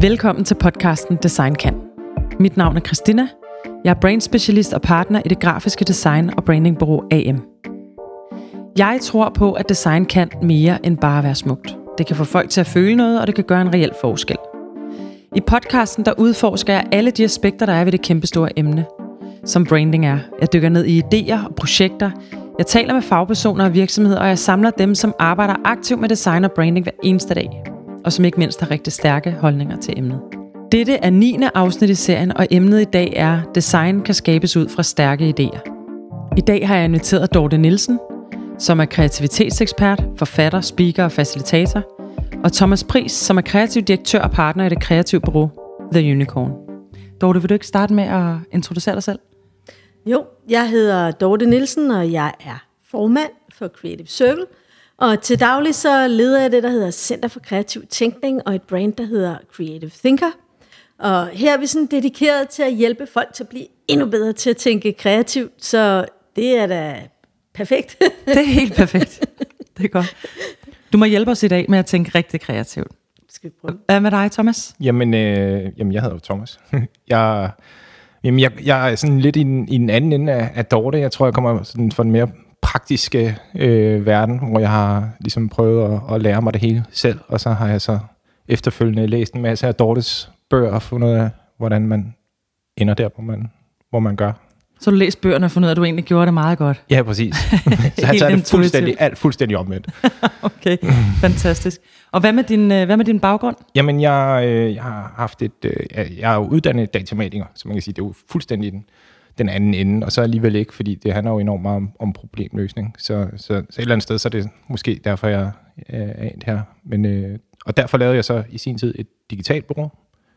Velkommen til podcasten Design Kan. Mit navn er Christina. Jeg er brandspecialist og partner i det grafiske design- og brandingbureau AM. Jeg tror på, at design kan mere end bare være smukt. Det kan få folk til at føle noget, og det kan gøre en reel forskel. I podcasten der udforsker jeg alle de aspekter, der er ved det kæmpestore emne, som branding er. Jeg dykker ned i idéer og projekter. Jeg taler med fagpersoner og virksomheder, og jeg samler dem, som arbejder aktivt med design og branding hver eneste dag, og som ikke mindst har rigtig stærke holdninger til emnet. Dette er 9. afsnit i serien, og emnet i dag er, design kan skabes ud fra stærke idéer. I dag har jeg inviteret Dorte Nielsen, som er kreativitetsekspert, forfatter, speaker og facilitator, og Thomas Pris, som er kreativ direktør og partner i det kreative bureau The Unicorn. Dorte, vil du ikke starte med at introducere dig selv? Jo, jeg hedder Dorte Nielsen, og jeg er formand for Creative Circle. Og til daglig så leder jeg det, der hedder Center for Kreativ Tænkning, og et brand, der hedder Creative Thinker. Og her er vi sådan dedikeret til at hjælpe folk til at blive endnu bedre til at tænke kreativt, så det er da perfekt. Det er helt perfekt. Det er godt. Du må hjælpe os i dag med at tænke rigtig kreativt. Skal vi prøve? Hvad med dig, Thomas? Jamen, jeg hedder jo Thomas. Jeg er sådan lidt i den anden ende af Dorte. Jeg tror, jeg kommer sådan fra den mere praktiske verden, hvor jeg har ligesom prøvet at lære mig det hele selv, og så har jeg så efterfølgende læst en masse af Dortes bøger og fundet ud af, hvordan man ender der, hvor man gør. Så du læste bøgerne og fundet ud af, at du egentlig gjorde det meget godt? Ja, præcis. Så er det fuldstændig omvendt. Okay, fantastisk. Og hvad med din baggrund? Jamen, jeg har haft jeg er jo uddannet datamatiker, så man kan sige, det er jo fuldstændig den anden ende, og så alligevel ikke, fordi det handler jo enormt meget om problemløsning. Så et eller andet sted, så er det måske derfor, jeg er endt her. Og derfor lavede jeg så i sin tid et digitalt bureau,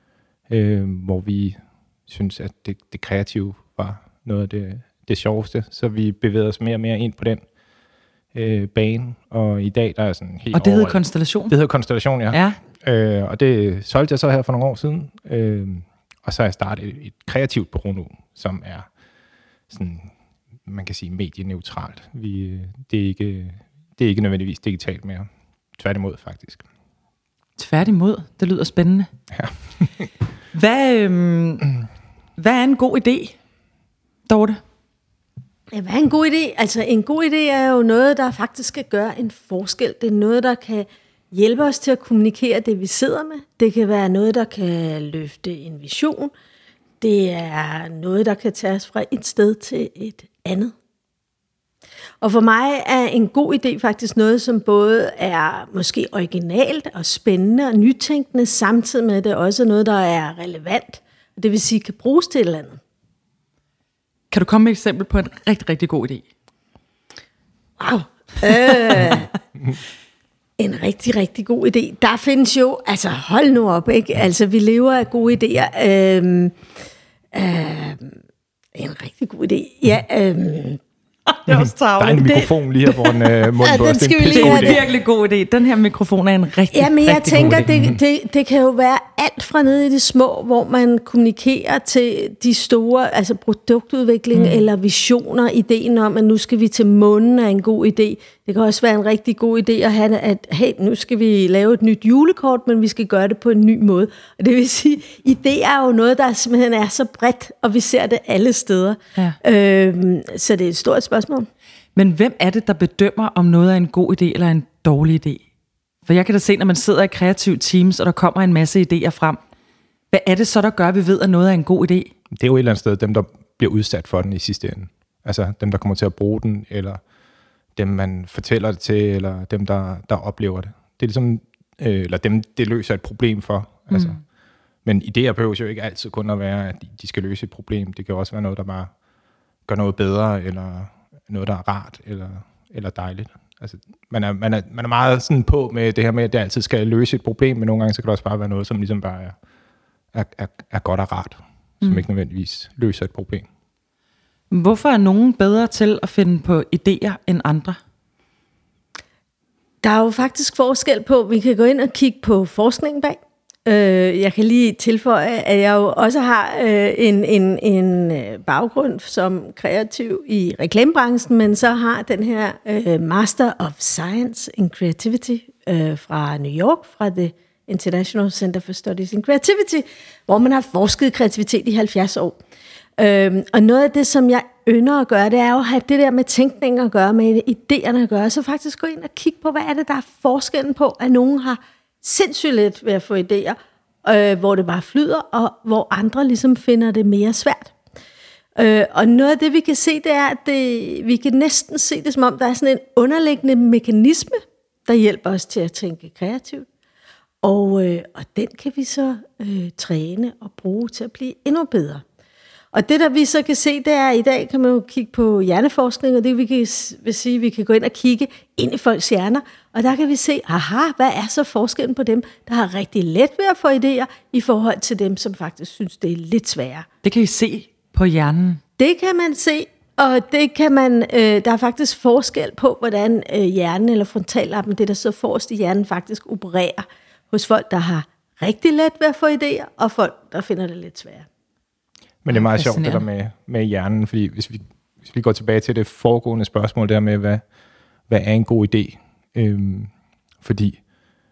hvor vi synes, at det kreative var noget af det sjoveste, så vi bevægede os mere og mere ind på den bane, og i dag der er sådan helt. Og det hedder Konstellation? Det hedder Konstellation, ja. Og det solgte jeg så her for nogle år siden, og så har jeg startet et kreativt bureau nu, som er sådan, man kan sige, medieneutralt. Det er ikke nødvendigvis digitalt mere. Tværtimod, faktisk. Tværtimod? Det lyder spændende. Ja. Hvad er en god idé, Dorte? Ja, hvad er en god idé? Altså, en god idé er jo noget, der faktisk skal gøre en forskel. Det er noget, der kan hjælpe os til at kommunikere det, vi sidder med. Det kan være noget, der kan løfte en vision. Det er noget, der kan tage os fra et sted til et andet. Og for mig er en god idé faktisk noget, som både er måske originalt og spændende og nytænkende, samtidig med, at det også er noget, der er relevant. Og det vil sige, kan bruges til et eller andet. Kan du komme med et eksempel på en rigtig, rigtig god idé? Wow. En rigtig, rigtig god idé. Der findes jo, altså hold nu op, ikke? Altså vi lever af gode idéer. En rigtig god idé. Ja, det er også travlt. Der er en mikrofon lige her på en mundbørste. Det er en virkelig god idé. Den her mikrofon er en rigtig, ja, men jeg rigtig tænker, god idé. det kan jo være alt fra nede i det små, hvor man kommunikerer til de store, altså produktudvikling eller visioner, ideen om, at nu skal vi til månen er en god idé. Det kan også være en rigtig god idé at have, at hey, nu skal vi lave et nyt julekort, men vi skal gøre det på en ny måde. Og det vil sige, idé er jo noget, der simpelthen er så bredt, og vi ser det alle steder. Ja. Så det er et stort spørgsmål. Men hvem er det, der bedømmer, om noget er en god idé eller en dårlig idé? For jeg kan da se, når man sidder i kreative teams, og der kommer en masse idéer frem. Hvad er det så, der gør, at vi ved, at noget er en god idé? Det er jo et eller andet sted dem, der bliver udsat for den i sidste ende. Altså dem, der kommer til at bruge den, eller dem, man fortæller det til, eller dem, der oplever det. Det er ligesom, eller dem, det løser et problem for. Altså. Men idéer behøver jo ikke altid kun at være, at de skal løse et problem. Det kan også være noget, der bare gør noget bedre, eller noget, der er rart, eller dejligt. Altså, man er meget sådan på med det her med, at det altid skal løse et problem, men nogle gange så kan det også bare være noget, som ligesom bare er godt og rart, som ikke nødvendigvis løser et problem. Hvorfor er nogen bedre til at finde på idéer end andre? Der er jo faktisk forskel på, vi kan gå ind og kigge på forskningen bag. Jeg kan lige tilføje, at jeg jo også har en baggrund som kreativ i reklamebranchen, men så har den her Master of Science in Creativity fra New York, fra The International Center for Studies in Creativity, hvor man har forsket i kreativitet i 70 år. Og noget af det, som jeg ynder at gøre, det er jo at have det der med tænkning at gøre, med idéerne at gøre, så faktisk gå ind og kigge på, hvad er det, der er forskellen på, at nogen har sindssygt let ved at få idéer, hvor det bare flyder, og hvor andre ligesom finder det mere svært. Og noget af det, vi kan se, det er, at vi kan næsten se det, som om der er sådan en underliggende mekanisme, der hjælper os til at tænke kreativt. Og den kan vi så træne og bruge til at blive endnu bedre. Og det, der vi så kan se, det er, at i dag kan man jo kigge på hjerneforskning, og det vil sige, at vi kan gå ind og kigge ind i folks hjerner, og der kan vi se, hvad er så forskellen på dem, der har rigtig let ved at få idéer, i forhold til dem, som faktisk synes, det er lidt sværere. Det kan I se på hjernen? Det kan man se, og det kan man, der er faktisk forskel på, hvordan hjernen eller frontallappen, det der så forrest i hjernen, faktisk opererer hos folk, der har rigtig let ved at få idéer, og folk, der finder det lidt sværere. Men det er meget sjovt, det der med hjernen, fordi hvis vi går tilbage til det foregående spørgsmål, der med, hvad er en god idé? Fordi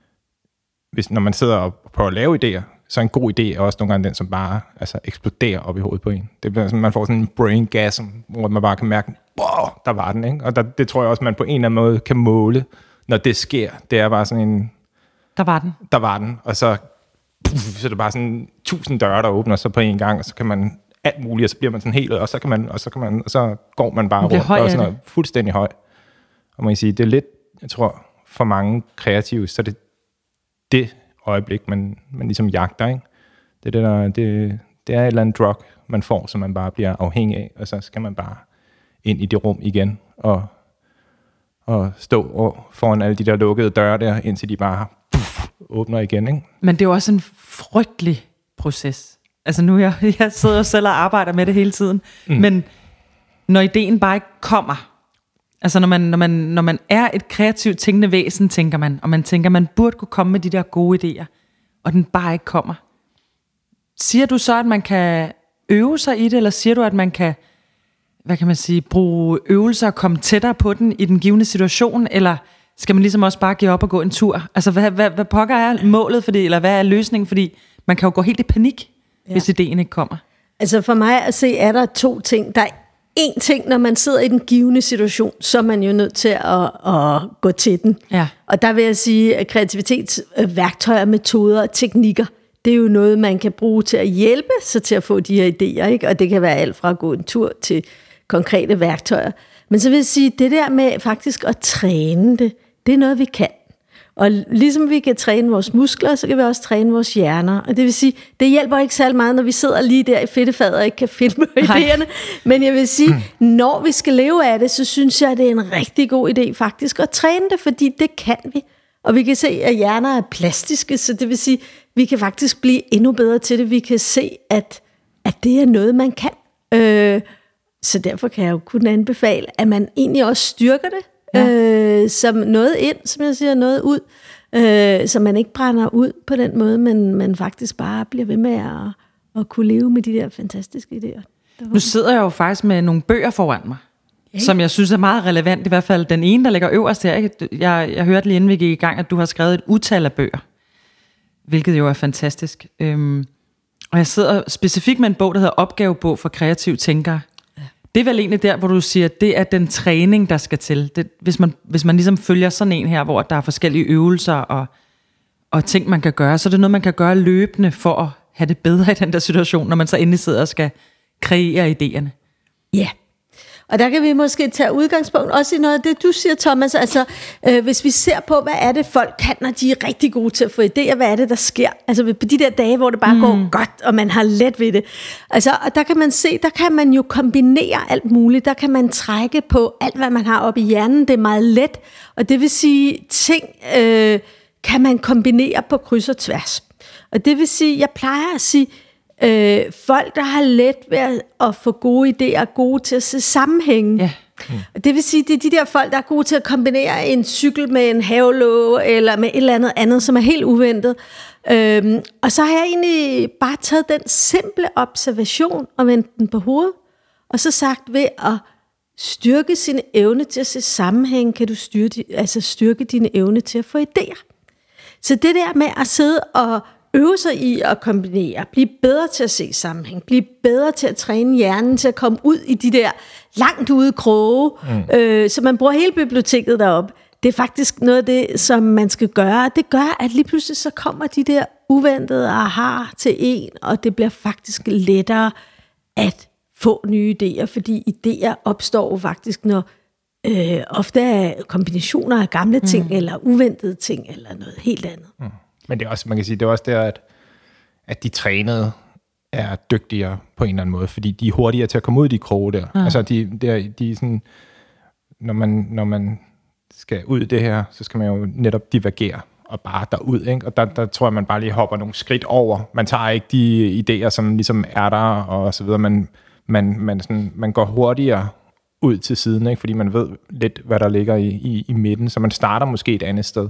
når man sidder og prøver at lave idéer, så en god idé er også nogle gange den, som bare eksploderer op i hovedet på en. Det bliver sådan, man får sådan en brain gas, hvor man bare kan mærke, wow, der var den, ikke? Og det tror jeg også, man på en eller anden måde kan måle, når det sker. Det er bare sådan en... Der var den, og så er det bare sådan 1000 døre, der åbner sig på en gang, og så kan man alt muligt, og så bliver man sådan helt, og så går man bare rundt, og sådan noget fuldstændig høj. Og man kan sige, det er lidt, jeg tror, for mange kreative, så det øjeblik, man ligesom jagter, ikke? Det er et eller andet drug, man får, som man bare bliver afhængig af, og så skal man bare ind i det rum igen, og stå foran alle de der lukkede døre der, indtil de bare åbner igen, ikke? Men det er jo også en frygtelig proces. Altså nu, jeg sidder jo selv og arbejder med det hele tiden, men når ideen bare ikke kommer, altså når man er et kreativt tænkende væsen, tænker man, og man tænker, man burde kunne komme med de der gode idéer, og den bare ikke kommer. Siger du så, at man kan øve sig i det, eller siger du, at man kan, hvad kan man sige, bruge øvelser og komme tættere på den i den givne situation, eller skal man ligesom også bare give op og gå en tur? Altså, hvad pokker er målet for det, eller hvad er løsningen? Fordi man kan jo gå helt i panik, hvis ideen ikke kommer. Altså for mig at se, er der 2 ting. Der er en ting, når man sidder i den givne situation, så er man jo nødt til at gå til den. Ja. Og der vil jeg sige, at kreativitetsværktøjer, metoder og teknikker, det er jo noget, man kan bruge til at hjælpe sig til at få de her idéer, ikke? Og det kan være alt fra at gå en tur til konkrete værktøjer. Men så vil jeg sige, det der med faktisk at træne det er noget, vi kan. Og ligesom vi kan træne vores muskler, så kan vi også træne vores hjerner. Og det vil sige, det hjælper ikke særlig meget, når vi sidder lige der i fedtefadet og ikke kan filme idéerne. Men jeg vil sige, når vi skal leve af det, så synes jeg, det er en rigtig god idé faktisk at træne det, fordi det kan vi. Og vi kan se, at hjerner er plastiske, så det vil sige, vi kan faktisk blive endnu bedre til det. Vi kan se, at det er noget, man kan. Så derfor kan jeg jo kun anbefale, at man egentlig også styrker det. Som noget ind, som jeg siger, noget ud, så man ikke brænder ud på den måde, men man faktisk bare bliver ved med at kunne leve med de der fantastiske idéer. Nu sidder jeg jo faktisk med nogle bøger foran mig, som jeg synes er meget relevant, i hvert fald den ene, der ligger øverst her. Jeg hørte lige inden vi gik i gang, at du har skrevet et utal af bøger, hvilket jo er fantastisk. Og jeg sidder specifikt med en bog, der hedder Opgavebog for kreative tænkere. Det er vel egentlig der, hvor du siger, at det er den træning, der skal til. Det, hvis man ligesom følger sådan en her, hvor der er forskellige øvelser og ting, man kan gøre, så er det noget, man kan gøre løbende for at have det bedre i den der situation, når man så endelig sidder og skal kreere idéerne. Ja, og der kan vi måske tage udgangspunkt også i noget af det, du siger, Thomas. Altså, hvis vi ser på, hvad er det, folk kan, når de er rigtig gode til at få idéer, hvad er det, der sker? Altså på de der dage, hvor det bare går godt, og man har let ved det. Altså, og der kan man se, der kan man jo kombinere alt muligt. Der kan man trække på alt, hvad man har oppe i hjernen. Det er meget let, og det vil sige, ting kan man kombinere på kryds og tværs. Og det vil sige, jeg plejer at sige, folk, der har let ved at få gode idéer, er gode til at se sammenhænge. Ja. Det vil sige, det er de der folk, der er gode til at kombinere en cykel med en havelåge, eller med et eller andet, som er helt uventet. Og så har jeg egentlig bare taget den simple observation og vendt den på hovedet, og så sagt, ved at styrke sin evne til at se sammenhæng, kan du styrke dine evne til at få idéer. Så det der med at sidde og øve sig i at kombinere, blive bedre til at se sammenhæng, blive bedre til at træne hjernen, til at komme ud i de der langt ude kroge, så man bruger hele biblioteket deroppe. Det er faktisk noget af det, som man skal gøre. Det gør, at lige pludselig så kommer de der uventede aha til en, og det bliver faktisk lettere at få nye idéer, fordi idéer opstår jo faktisk, når ofte er kombinationer af gamle ting, eller uventede ting, eller noget helt andet. Men det er også, man kan sige, det er også der, at de trænede er dygtigere på en eller anden måde, fordi de er hurtigere til at komme ud i de kroge der. Altså, de er sådan, når man skal ud i det her, så skal man jo netop divergere og bare derud, ikke? Og der tror jeg, man bare lige hopper nogle skridt over. Man tager ikke de idéer, som ligesom er der, og så videre. Man går hurtigere ud til siden, ikke? Fordi man ved lidt, hvad der ligger i midten, så man starter måske et andet sted.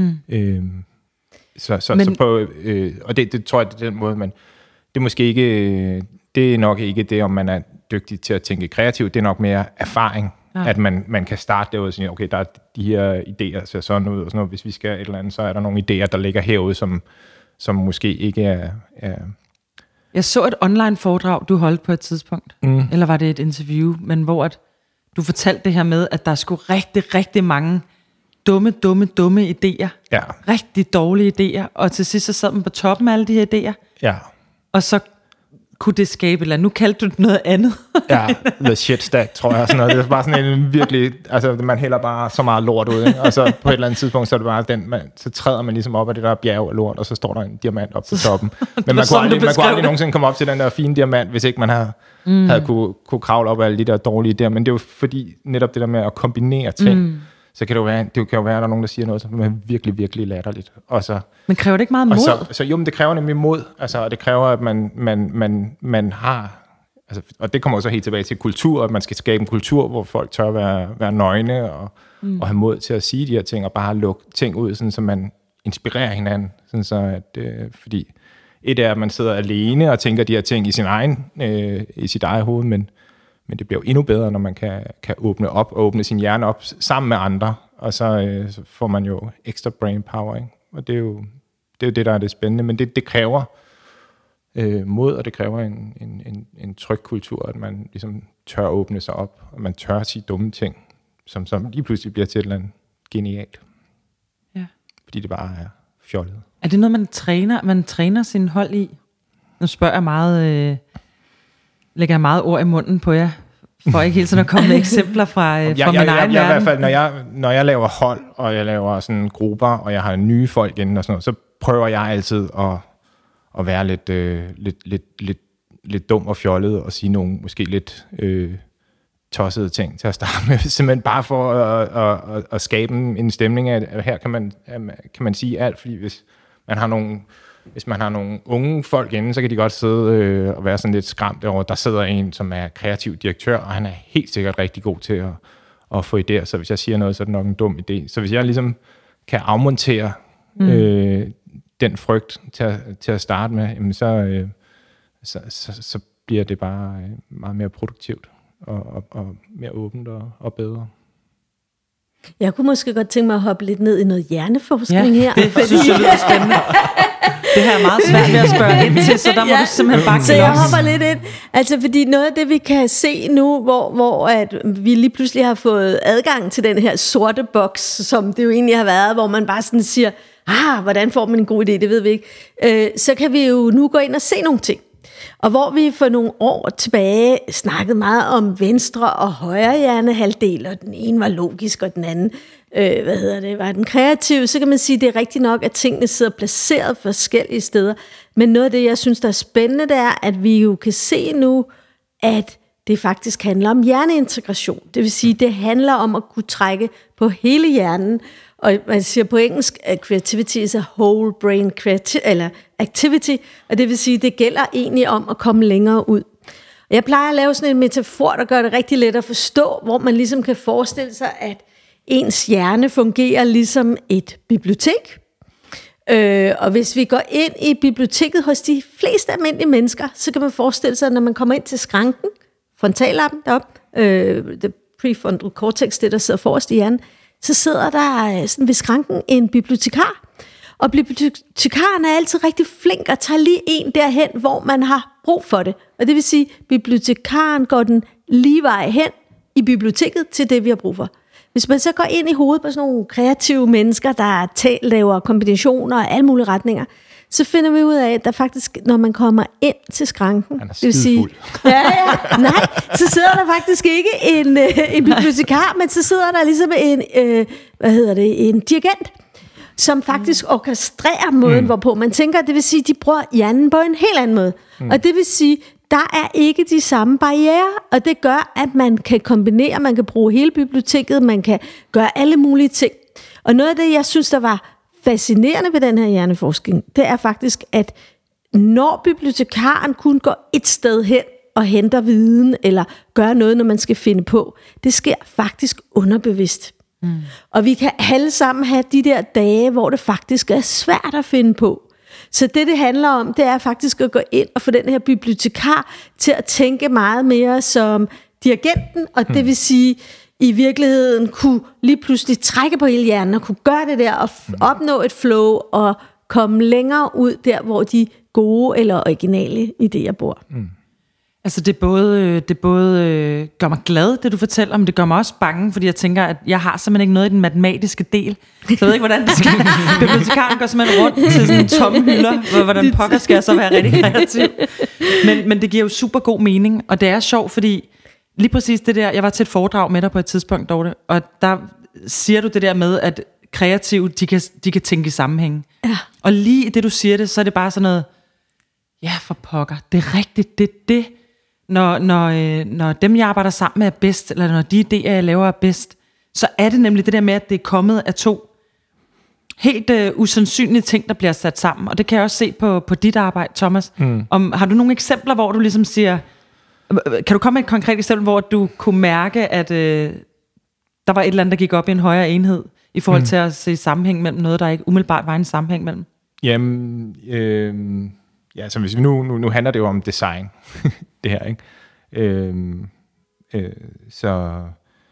Så på, og det tror jeg, det er den måde, men det er måske ikke, det er nok ikke det, om man er dygtig til at tænke kreativt, det er nok mere erfaring, at man kan starte derude og sige, okay, der er de her idéer, ser sådan ud, og sådan noget. Hvis vi skal et eller andet, så er der nogle idéer, der ligger herude, som måske ikke er... Jeg så et online foredrag, du holdt på et tidspunkt, eller var det et interview, men hvor at du fortalte det her med, at der skulle rigtig, rigtig mange dumme idéer. Ja. Rigtig dårlige idéer, og til sidst så sad man på toppen af alle de her idéer. Ja. Og så kunne det skabe, eller nu kaldte du det noget andet. Ja, the shit stack, tror jeg. Sådan noget. Det er bare sådan en virkelig, altså man hælder bare så meget lort ud, ikke? Og så på et eller andet tidspunkt, så er det bare så træder man ligesom op af det der bjerg af lort, og så står der en diamant op på toppen. Men man kunne aldrig nogensinde komme op til den der fine diamant, hvis ikke man havde kunne kravle op af alle de der dårlige idéer. Men det er jo fordi, netop det der med at kombinere ting, så kan det kan jo være, at der er nogen, der siger noget, som er virkelig, virkelig latterligt. Men kræver det ikke meget mod? Så jo, men det kræver nemlig mod. Altså, og det kræver, at man har... Altså, og det kommer også helt tilbage til kultur, at man skal skabe en kultur, hvor folk tør være nøgne og have mod til at sige de her ting, og bare lukke ting ud, sådan, så man inspirerer hinanden. Sådan så at, fordi et er, at man sidder alene og tænker de her ting i sit eget hoved, men det bliver jo endnu bedre, når man kan åbne op og åbne sin hjerne op sammen med andre, og så får man jo ekstra brain power, ikke? Og det er jo det, der er det spændende, men det kræver mod, og det kræver en tryg kultur, at man ligesom tør åbne sig op, og man tør sige dumme ting, som lige pludselig bliver til et eller andet genialt. Ja. Fordi det bare er fjollet. Er det noget, man træner sin hold i? Nu spørger jeg meget... lægger jeg meget ord i munden på jer, for ikke hele tiden at komme med eksempler fra min egen verden. Jeg i hvert fald, når jeg laver hold, og jeg laver sådan grupper, og jeg har nye folk inden og sådan noget, så prøver jeg altid at være lidt dum og fjollet, og sige nogle måske lidt tossede ting til at starte med, simpelthen bare for at skabe en stemning af, at her kan man sige alt, fordi hvis man har nogle unge folk inde, så kan de godt sidde og være sådan lidt skræmt over, der sidder en, som er kreativ direktør, og han er helt sikkert rigtig god til at få idéer, så hvis jeg siger noget, så er det nok en dum idé. Så hvis jeg ligesom kan afmontere den frygt til at starte med, jamen så bliver det bare meget mere produktivt og mere åbent og bedre. Jeg kunne måske godt tænke mig at hoppe lidt ned i noget hjerneforskning her. Det synes jeg lyder spændende. Det her er meget svært ved at spørge ind til, så der må du simpelthen bare så jeg hopper lidt ind. Altså, fordi noget af det, vi kan se nu, hvor at vi lige pludselig har fået adgang til den her sorte boks, som det jo egentlig har været, hvor man bare sådan siger, hvordan får man en god idé, det ved vi ikke. Så kan vi jo nu gå ind og se nogle ting. Og hvor vi for nogle år tilbage snakkede meget om venstre og højre hjernehalvdel, og den ene var logisk, og den anden var den kreative, så kan man sige, at det er rigtigt nok, at tingene sidder placeret forskellige steder. Men noget af det, jeg synes, der er spændende, det er, at vi jo kan se nu, at det faktisk handler om hjerneintegration. Det vil sige, det handler om at kunne trække på hele hjernen. Og man siger på engelsk, at creativity is a whole brain activity, og det vil sige, det gælder egentlig om at komme længere ud. Jeg plejer at lave sådan en metafor, der gør det rigtig let at forstå, hvor man ligesom kan forestille sig, at ens hjerne fungerer ligesom et bibliotek. Og hvis vi går ind i biblioteket hos de fleste almindelige mennesker, så kan man forestille sig, at når man kommer ind til skranken, frontallappen deroppe, the prefrontal cortex, det der sidder forrest i hjernen, så sidder der sådan ved skranken en bibliotekar. Og bibliotekaren er altid rigtig flink og tager lige en derhen, hvor man har brug for det. Og det vil sige, at bibliotekaren går den lige vej hen i biblioteket til det, vi har brug for. Hvis man så går ind i hovedet på sådan nogle kreative mennesker, der laver kombinationer og alle mulige retninger, så finder vi ud af, at der faktisk, når man kommer ind til skranken, det vil sige, så sidder der faktisk ikke en bibliotekar, men så sidder der ligesom en dirigent, som faktisk orkestrerer måden, hvorpå man tænker. Det vil sige, de bruger hjernen på en helt anden måde. Og det vil sige, der er ikke de samme barrierer, og det gør, at man kan kombinere, man kan bruge hele biblioteket, man kan gøre alle mulige ting. Og noget af det, jeg synes, der var fascinerende ved den her hjerneforskning, det er faktisk, at når bibliotekaren kun går et sted hen og henter viden, eller gør noget, når man skal finde på, det sker faktisk underbevidst. Og vi kan alle sammen have de der dage, hvor det faktisk er svært at finde på. Så det handler om, det er faktisk at gå ind og få den her bibliotekar til at tænke meget mere som dirigenten, og det vil sige, i virkeligheden kunne lige pludselig trække på hele hjernen og kunne gøre det der og opnå et flow og komme længere ud der, hvor de gode eller originale idéer bor. Altså det både gør mig glad, det du fortæller, men det gør mig også bange, fordi jeg tænker, at jeg har simpelthen ikke noget i den matematiske del. Så jeg ved ikke, hvordan det skal. Bibliotekaren går simpelthen rundt til sådan en tomme hylder, hvordan pokker skal jeg så være rigtig kreativ. Men det giver jo super god mening, og det er sjovt, fordi lige præcis det der, jeg var til et foredrag med dig på et tidspunkt, Dorte, og der siger du det der med, at kreative, de kan tænke i sammenhæng. Ja. Og lige i det, du siger det, så er det bare sådan noget, ja for pokker, det er rigtigt, det. Når dem, jeg arbejder sammen med, er bedst, eller når de idéer, jeg laver, er bedst, så er det nemlig det der med, at det er kommet af to helt usandsynlige ting, der bliver sat sammen. Og det kan jeg også se på dit arbejde, Thomas. Har du nogle eksempler, hvor du ligesom siger, kan du komme med et konkret eksempel, hvor du kunne mærke, at der var et eller andet, der gik op i en højere enhed, i forhold til at se sammenhæng mellem noget, der ikke umiddelbart var en sammenhæng mellem? Jamen, så hvis vi nu handler det jo om design, det her, ikke? Så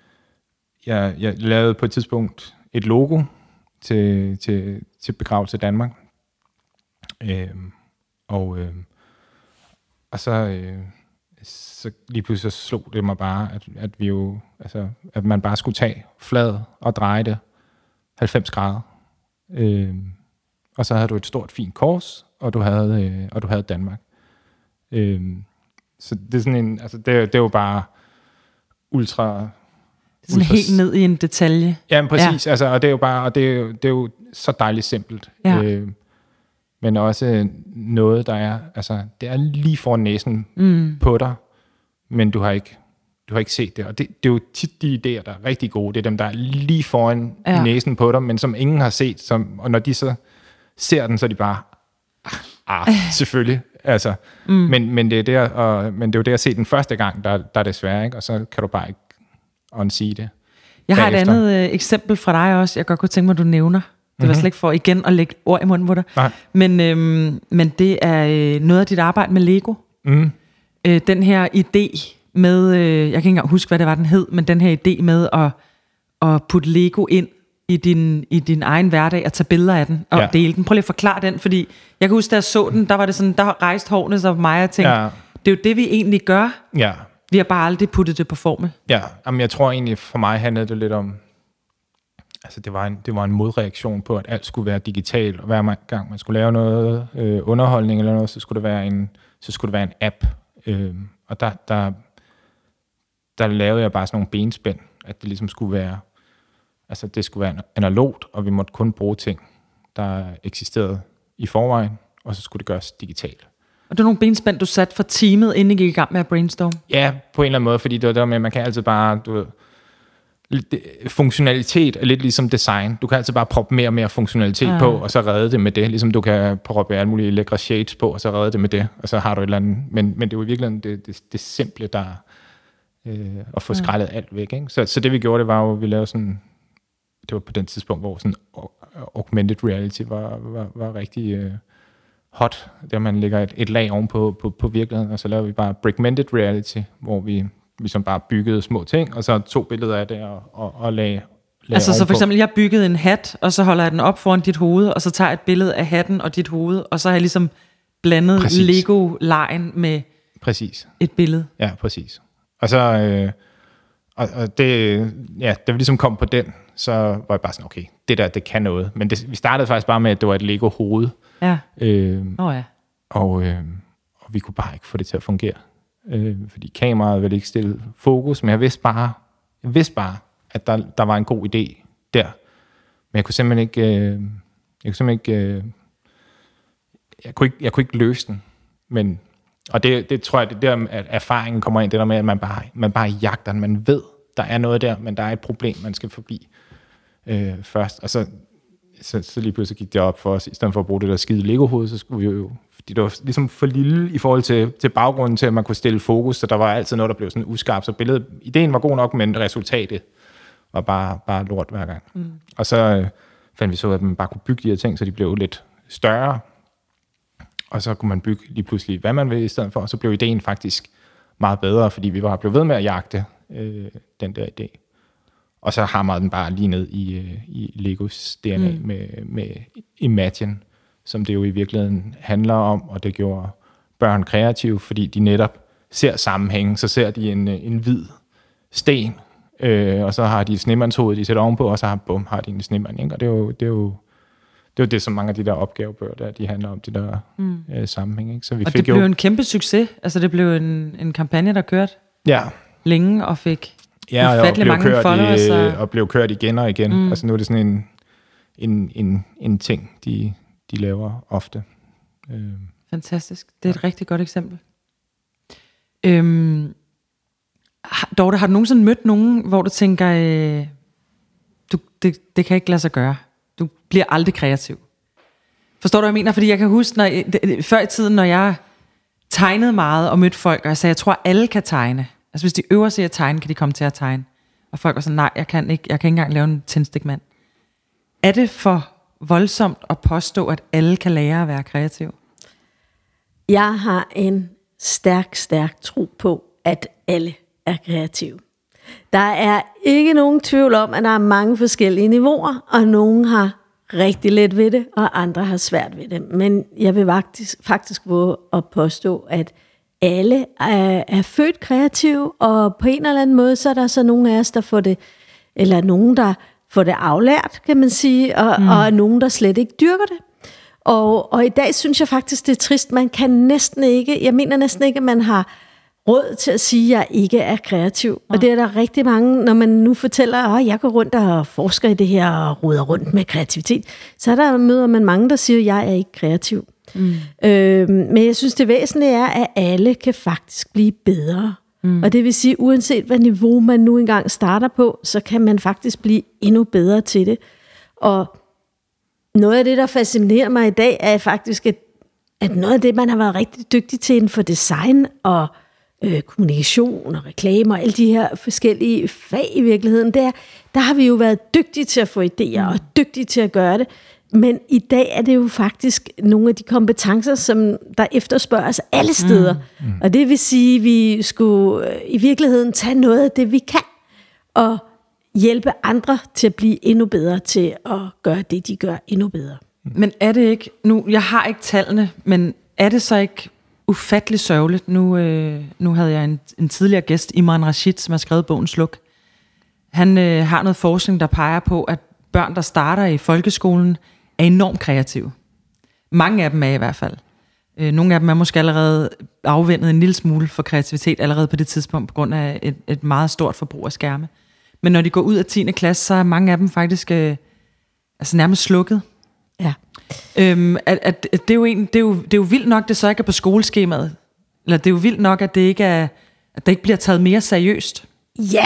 jeg lavede på et tidspunkt et logo til Begravelse Danmark, og så lige pludselig så slog det mig bare, at vi jo, altså, at man bare skulle tage fladet og dreje det 90 grader. Og så havde du et stort fint kors, og du havde Danmark. Så det er sådan en, altså det er jo bare ultra sådan helt ned i en detalje. Ja, men præcis. Ja. Altså, og det er jo bare, og det er jo så dejligt simpelt. Ja. Men også noget, der er, altså det er lige foran næsen på dig, men du har ikke set det. Og det er jo tit de idéer, der er rigtig gode. Det er dem, der er lige foran næsen på dig, men som ingen har set. Og når de så ser den, så er de bare, selvfølgelig. Altså, men det er jo det at se den første gang, der er det svært, ikke? Og så kan du bare ikke unsee det. Jeg har et andet eksempel fra dig også, jeg godt kunne tænke mig, at du nævner. Det var slet ikke for igen at lægge ord i munden på dig. Men det er noget af dit arbejde med Lego. Den her idé med, jeg kan ikke engang huske, hvad det var, den hed, men den her idé med at putte Lego ind i din egen hverdag og tage billeder af den og dele den. Prøv lige at forklare den, fordi jeg kan huske, da jeg så den, der var det sådan, der rejste hårene sig på mig, og jeg tænkte, det er jo det, vi egentlig gør. Ja. Vi har bare aldrig puttet det på formel. Ja, jamen jeg tror egentlig, for mig handlede det lidt om, altså det var en modreaktion på, at alt skulle være digitalt, og hver gang man skulle lave noget underholdning eller noget, så skulle det være en app. Og der lavede jeg bare sådan nogle benspænd, at det ligesom skulle være, altså det skulle være analogt, og vi måtte kun bruge ting, der eksisterede i forvejen, og så skulle det gøres digitalt. Og det er nogle benspænd, du satte for teamet, inden I gik i gang med at brainstorm? Ja, på en eller anden måde, fordi det var der med, at man kan altid bare, funktionalitet er lidt ligesom design. Du kan altid bare proppe mere og mere funktionalitet på, og så redde det med det. Ligesom du kan proppe alle mulige lækre shades på, og så redde det med det, og så har du et eller andet. Men det er jo i virkeligheden det simple, der at få skrællet alt væk. Ikke? Så det vi gjorde, det var jo, vi lavede sådan, det var på den tidspunkt, hvor sådan augmented reality var rigtig hot, der man lægger et lag ovenpå på virkeligheden, og så lavede vi bare augmented reality, hvor vi som bare byggede små ting, og så tog billeder af det og lagde Altså så ovenpå. for eksempel, jeg byggede en hat, og så holder jeg den op foran dit hoved, og så tager jeg et billede af hatten og dit hoved, og så har jeg ligesom blandet Lego-lejen med Præcis. et billede. Ja, præcis. Og så, og det, ja, da vi ligesom kom på den, så var jeg bare sådan, okay, det der, det kan noget. Men vi startede faktisk bare med, at det var et Lego-hoved. Ja. Ja. Og vi kunne bare ikke få det til at fungere. Fordi kameraet ville ikke stille fokus, men jeg vidste bare, at der var en god idé der. Men jeg kunne simpelthen ikke, jeg kunne ikke løse den. Men, og det tror jeg, det der, at erfaringen kommer ind, det der med, at man bare jagter den. Man ved, der er noget der, men der er et problem, man skal forbi først. Og så lige pludselig gik det op for os, i stedet for at bruge det der skide Lego-hoved, så skulle vi jo, fordi det var ligesom for lille i forhold til baggrunden til, at man kunne stille fokus, så der var altid noget, der blev sådan uskarpt. Så ideen var god nok, men resultatet var bare lort hver gang. Og så fandt vi så, at man bare kunne bygge de her ting, så de blev lidt større. Og så kunne man bygge lige pludselig, hvad man vil i stedet for. Og så blev ideen faktisk meget bedre, fordi vi var blevet ved med at jagte den der idé. Og så hamrede den bare lige ned i Legos DNA med Imagine, som det jo i virkeligheden handler om, og det gjorde børn kreative, fordi de netop ser sammenhængen. Så ser de en hvid sten, og så har de et snemandshoved, de sætter ovenpå, og så har de en snemand. Ikke? Og det er jo det, som mange af de der opgavebøger der, de handler om, de der sammenhæng. Ikke? Så vi og fik det blev en kæmpe succes. Altså det blev en kampagne, der kørte længe og fik ufattelig mange followers. Og blev kørt igen og igen. Altså nu er det sådan en ting, de laver ofte. Fantastisk. Det er et rigtig godt eksempel. Dorte, har du nogensinde mødt nogen, hvor du tænker, det kan ikke lade sig gøre? Du bliver aldrig kreativ. Forstår du, hvad jeg mener? Fordi jeg kan huske, før i tiden, når jeg tegnede meget og mødte folk, og jeg sagde, jeg tror, alle kan tegne. Altså hvis de øver sig at tegne, kan de komme til at tegne. Og folk var sådan, nej, jeg kan ikke engang lave en tændstikmand. Er det for voldsomt at påstå, at alle kan lære at være kreativ? Jeg har en stærk tro på, at alle er kreative. Der er ikke nogen tvivl om, at der er mange forskellige niveauer, og nogen har rigtig let ved det, og andre har svært ved det. Men jeg vil faktisk våge at påstå, at alle er født kreative, og på en eller anden måde, så er der så nogle af os, der får det, eller nogen, der får det aflært, kan man sige, og nogen, der slet ikke dyrker det. Og i dag synes jeg faktisk, det er trist. Jeg mener næsten ikke, at man har råd til at sige, at jeg ikke er kreativ. Og det er der rigtig mange, når man nu fortæller, at jeg går rundt og forsker i det her og roder rundt med kreativitet, så møder man mange, der siger, at jeg er ikke kreativ. Men jeg synes, det væsentlige er, at alle kan faktisk blive bedre. Og det vil sige, uanset hvad niveau man nu engang starter på, så kan man faktisk blive endnu bedre til det. Og noget af det, der fascinerer mig i dag, er faktisk, at noget af det, man har været rigtig dygtig til inden for design og kommunikation og reklame og alle de her forskellige fag i virkeligheden, der har vi jo været dygtige til at få idéer og dygtige til at gøre det. Men i dag er det jo faktisk nogle af de kompetencer, som der efterspørges alle steder. Og det vil sige, at vi skulle i virkeligheden tage noget af det, vi kan, og hjælpe andre til at blive endnu bedre til at gøre det, de gør endnu bedre. Men er det ikke, nu jeg har ikke tallene, men er det så ikke ufattelig sørgeligt? Nu havde jeg en tidligere gæst, Imran Rashid, som har skrevet bogen Sluk. Han har noget forskning, der peger på, at børn, der starter i folkeskolen, er enormt kreative. Mange af dem er i hvert fald. Nogle af dem er måske allerede afvendet en lille smule for kreativitet allerede på det tidspunkt, på grund af et meget stort forbrug af skærme. Men når de går ud af 10. klasse, så er mange af dem faktisk nærmest slukket. Ja. Det er jo vildt nok, det så ikke er på skoleskemaet. Eller det er jo vildt nok, at det ikke bliver taget mere seriøst. Ja.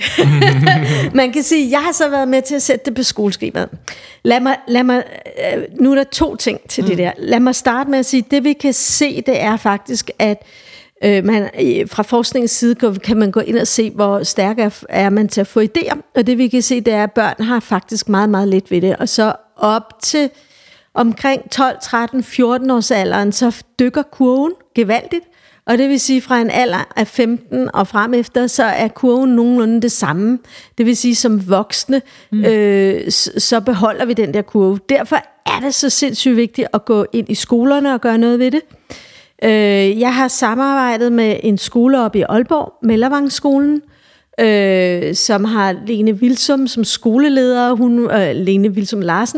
Man kan sige, at jeg har så været med til at sætte det på skoleskemaet. Lad mig, nu er der 2 ting til det der. Lad mig starte med at sige, at det vi kan se, det er faktisk, at man fra forskningens side kan man gå ind og se, hvor stærk er man til at få idéer. Og det vi kan se, det er, at børn har faktisk meget, meget let ved det. Og så op til omkring 12, 13, 14 års alderen, så dykker kurven gevaldigt. Og det vil sige, fra en alder af 15 og frem efter, så er kurven nogenlunde det samme. Det vil sige, som voksne, så beholder vi den der kurve. Derfor er det så sindssygt vigtigt at gå ind i skolerne og gøre noget ved det. Jeg har samarbejdet med en skole oppe i Aalborg, Mellervangsskolen, som har Lene Vilsum som skoleleder, Lene Vilsum Larsen.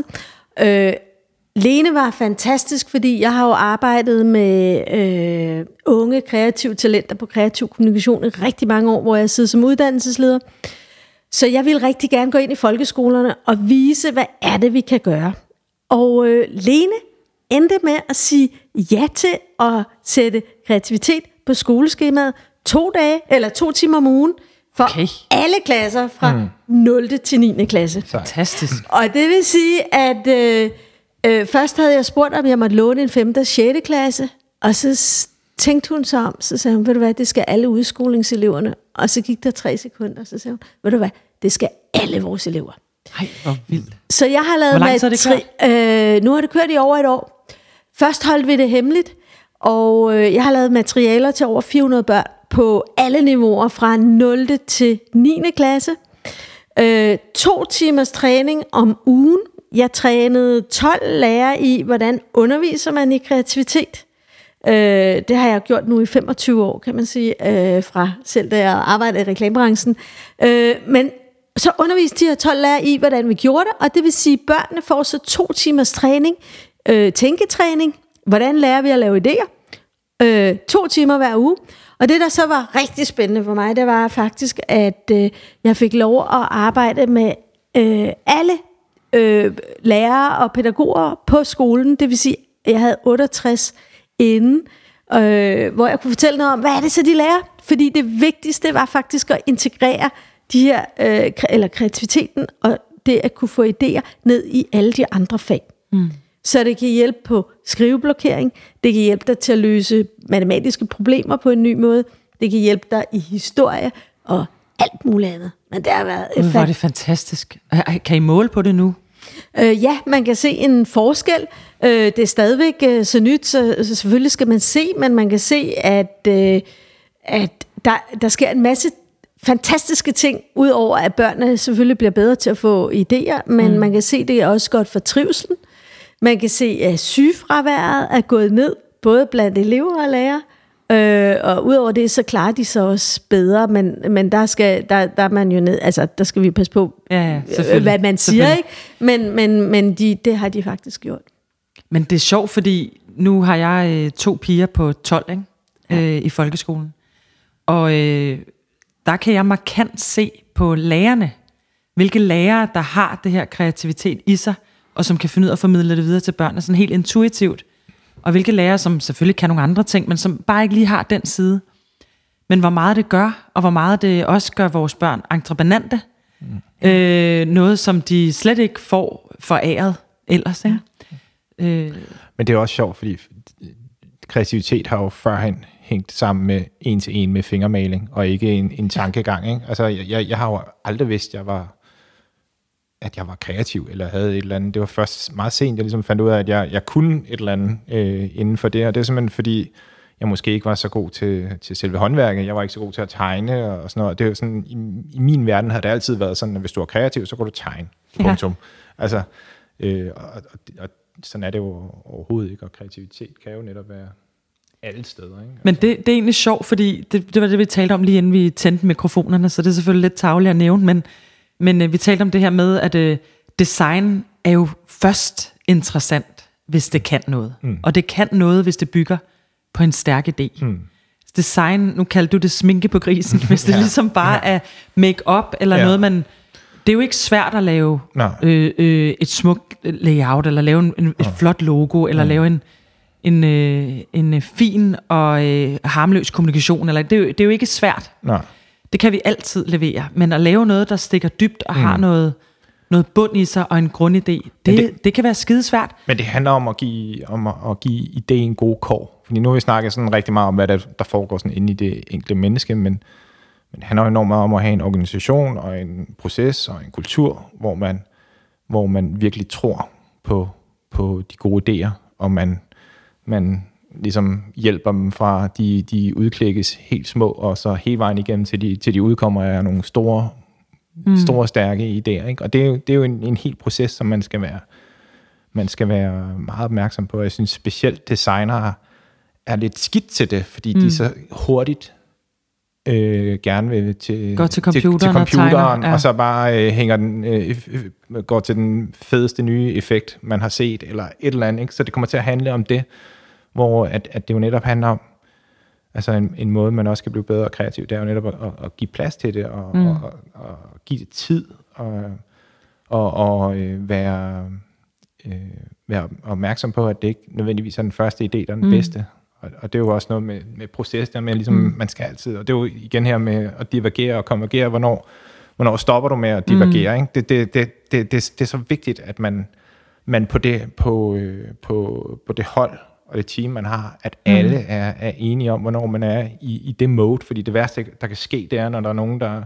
Lene var fantastisk, fordi jeg har jo arbejdet med unge kreative talenter på kreativ kommunikation i rigtig mange år, hvor jeg sidder som uddannelsesleder. Så jeg vil rigtig gerne gå ind i folkeskolerne og vise, hvad er det, vi kan gøre. Og Lene endte med at sige ja til at sætte kreativitet på skoleskemaet 2 timer om ugen for alle klasser fra 0. til 9. klasse. Fantastisk. Og det vil sige, at først havde jeg spurgt, om jeg måtte låne en 5. og 6. klasse, og så tænkte hun så om, så sagde hun, ved du hvad, det skal alle udskolingseleverne. Og så gik der 3 sekunder, og så sagde hun, ved du hvad, det skal alle vores elever. Ej, hvor vildt. Så jeg har lavet hvor lang tid har det kørt? Nu har det kørt i over 1 år. Først holdt vi det hemmeligt, og jeg har lavet materialer til over 400 børn på alle niveauer, fra 0. til 9. klasse. 2 timers træning om ugen. Jeg trænede 12 lærere i, hvordan underviser man i kreativitet. Det har jeg gjort nu i 25 år, kan man sige, fra selv da jeg arbejdede i reklamebranchen. Men så underviste de her 12 lærere i, hvordan vi gjorde det, og det vil sige, at børnene får så 2 timers træning, tænketræning, hvordan lærer vi at lave idéer, 2 timer hver uge. Og det, der så var rigtig spændende for mig, det var faktisk, at jeg fik lov at arbejde med alle lærere og pædagoger på skolen. Det vil sige, at jeg havde 68 inden, hvor jeg kunne fortælle noget om, hvad er det så, de lærer? Fordi det vigtigste var faktisk at integrere de her, eller kreativiteten, og det at kunne få idéer ned i alle de andre fag. Så det kan hjælpe på skriveblokering, det kan hjælpe dig til at løse matematiske problemer på en ny måde, det kan hjælpe dig i historie og alt muligt andet. Men det har været hvor er det fantastisk. Kan I måle på det nu? Ja, man kan se en forskel. Det er stadigvæk så nyt, så selvfølgelig skal man se, men man kan se, at der sker en masse fantastiske ting, udover at børnene selvfølgelig bliver bedre til at få idéer, men man kan se, det er også godt for trivselen. Man kan se, at sygefraværet er gået ned, både blandt elever og lærere, og udover det, så klarer de sig også bedre, men der er man jo ned, altså der skal vi passe på, hvad man siger, ikke? Men det har de faktisk gjort. Men det er sjovt, fordi nu har jeg 2 piger på 12, ikke? I folkeskolen, og der kan jeg markant se på lærerne, hvilke lærere, der har det her kreativitet i sig, og som kan finde ud af at formidle det videre til børnene, sådan helt intuitivt. Og hvilke lærere, som selvfølgelig kan nogle andre ting, men som bare ikke lige har den side. Men hvor meget det gør, og hvor meget det også gør vores børn entreprenante. Noget, som de slet ikke får foræret ellers. Ikke? Men det er også sjovt, fordi kreativitet har jo førhen hængt sammen med en-til-en med fingermaling, og ikke en tankegang. Ikke? Altså, jeg har jo aldrig vidst, at jeg var kreativ, eller havde et eller andet. Det var først meget sent, jeg ligesom fandt ud af, at jeg kunne et eller andet inden for det, og det er simpelthen fordi, jeg måske ikke var så god til selve håndværket. Jeg var ikke så god til at tegne og sådan noget. Det er jo sådan, i min verden har det altid været sådan, at hvis du er kreativ, så kan du tegne. Punktum. Altså, og sådan er det jo overhovedet ikke, og kreativitet kan jo netop være alle steder. Ikke? Men det er egentlig sjovt, fordi det var det, vi talte om lige inden vi tændte mikrofonerne, så det er selvfølgelig lidt tarveligt at nævne, men vi talte om det her med, at design er jo først interessant, hvis det kan noget. Og det kan noget, hvis det bygger på en stærk idé. Design, nu kalder du det sminke på grisen, hvis det ligesom bare er make-up, eller noget, man... Det er jo ikke svært at lave et smukt layout, eller lave et flot logo, eller lave en fin og harmløs kommunikation. Eller, det er jo ikke svært. Nej. Det kan vi altid levere. Men at lave noget, der stikker dybt og har noget bund i sig og en grundidé, det kan være skidesvært. Men det handler om at give ideen gode kår. Fordi nu har vi snakket sådan rigtig meget om, hvad der foregår sådan inde i det enkelte menneske, men det handler enormt meget om at have en organisation og en proces og en kultur, hvor man virkelig tror på de gode idéer, og man ligesom hjælper dem fra, de udklikkes helt små, og så hele vejen igennem, til de udkommer af nogle store stærke idéer. Ikke? Og det er jo en hel proces, som man skal være meget opmærksom på. Jeg synes specielt designere er lidt skidt til det, fordi de så hurtigt gerne vil til computeren og så bare hænger den, går til den fedeste nye effekt, man har set, eller et eller andet. Ikke? Så det kommer til at handle om det, hvor at det jo netop handler om, altså en måde, man også kan blive bedre og kreativ, det er jo netop at give plads til det, og give det tid, og være opmærksom på, at det ikke nødvendigvis er den første idé, der er den bedste. Og det er jo også noget med proces, der med ligesom, man skal altid, og det er jo igen her med at divergere og konvergere, hvornår stopper du med at divergere, ikke? Det er så vigtigt, at man på det hold og det team, man har, at alle er enige om, hvornår man er i det mode, fordi det værste, der kan ske, det er, når der er nogen, der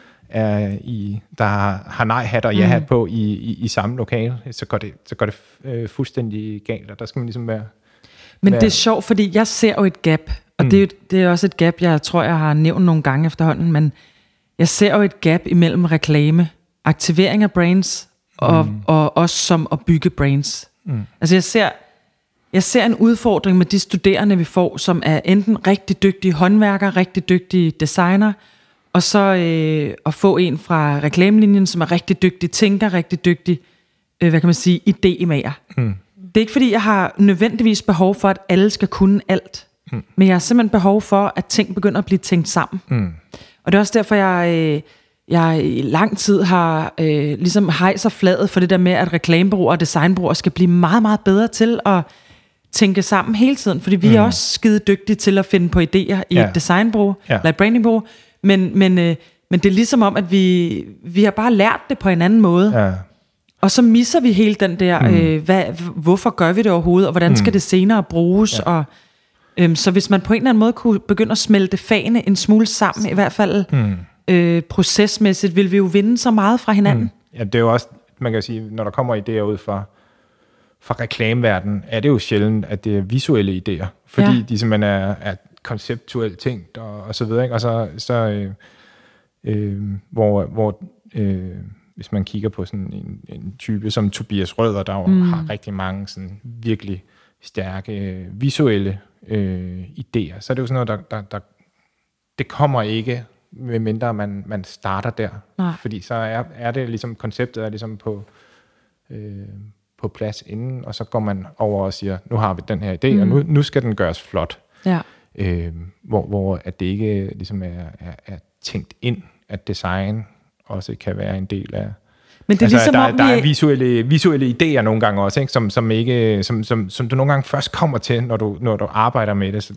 har nej-hat og ja-hat på i samme lokale, så går det fuldstændig galt, og der skal man ligesom være... Men det er sjovt, fordi jeg ser jo et gap, og det er også et gap, jeg tror, jeg har nævnt nogle gange efterhånden, men jeg ser jo et gap imellem reklame, aktivering af brands, og også som at bygge brands. Altså jeg ser en udfordring med de studerende, vi får, som er enten rigtig dygtige håndværkere, rigtig dygtige designer, og så at få en fra reklamelinjen, som er rigtig dygtig tænker, rigtig dygtig, hvad kan man sige, idémager. Det er ikke fordi, jeg har nødvendigvis behov for, at alle skal kunne alt. Men jeg har simpelthen behov for, at ting begynder at blive tænkt sammen. Og det er også derfor, jeg i lang tid har ligesom hejser flaget for det der med, at reklamebureauer og designbureauer skal blive meget, meget bedre til at tænke sammen hele tiden. Fordi vi er også skide dygtige til at finde på idéer i et designbureau, eller et brandingbureau. Men det er ligesom om, at vi har bare lært det på en anden måde. Ja. Og så misser vi hele den der, hvorfor gør vi det overhovedet, og hvordan skal det senere bruges, og så hvis man på en eller anden måde kunne begynde at smelte fagene en smule sammen, i hvert fald procesmæssigt, vil vi jo vinde så meget fra hinanden. Ja, det er jo også, man kan sige, når der kommer idéer ud fra reklameverdenen, er det jo sjældent, at det er visuelle idéer, fordi de simpelthen er konceptuelt tænkt, og så videre, ikke? Og så hvor hvis man kigger på sådan en type som Tobias Rødder, der jo har rigtig mange sådan virkelig stærke visuelle idéer, så er det jo sådan noget, der det kommer ikke, medmindre man starter der. Nej. Fordi så er det ligesom, konceptet er ligesom på plads inden, og så går man over og siger, nu har vi den her idé, og nu skal den gøres flot. Ja. Hvor at det ikke ligesom er tænkt ind, at design også kan være en del af... Men det er altså, ligesom, der er visuelle idéer nogle gange også, ikke? Som du nogle gange først kommer til, når du arbejder med det.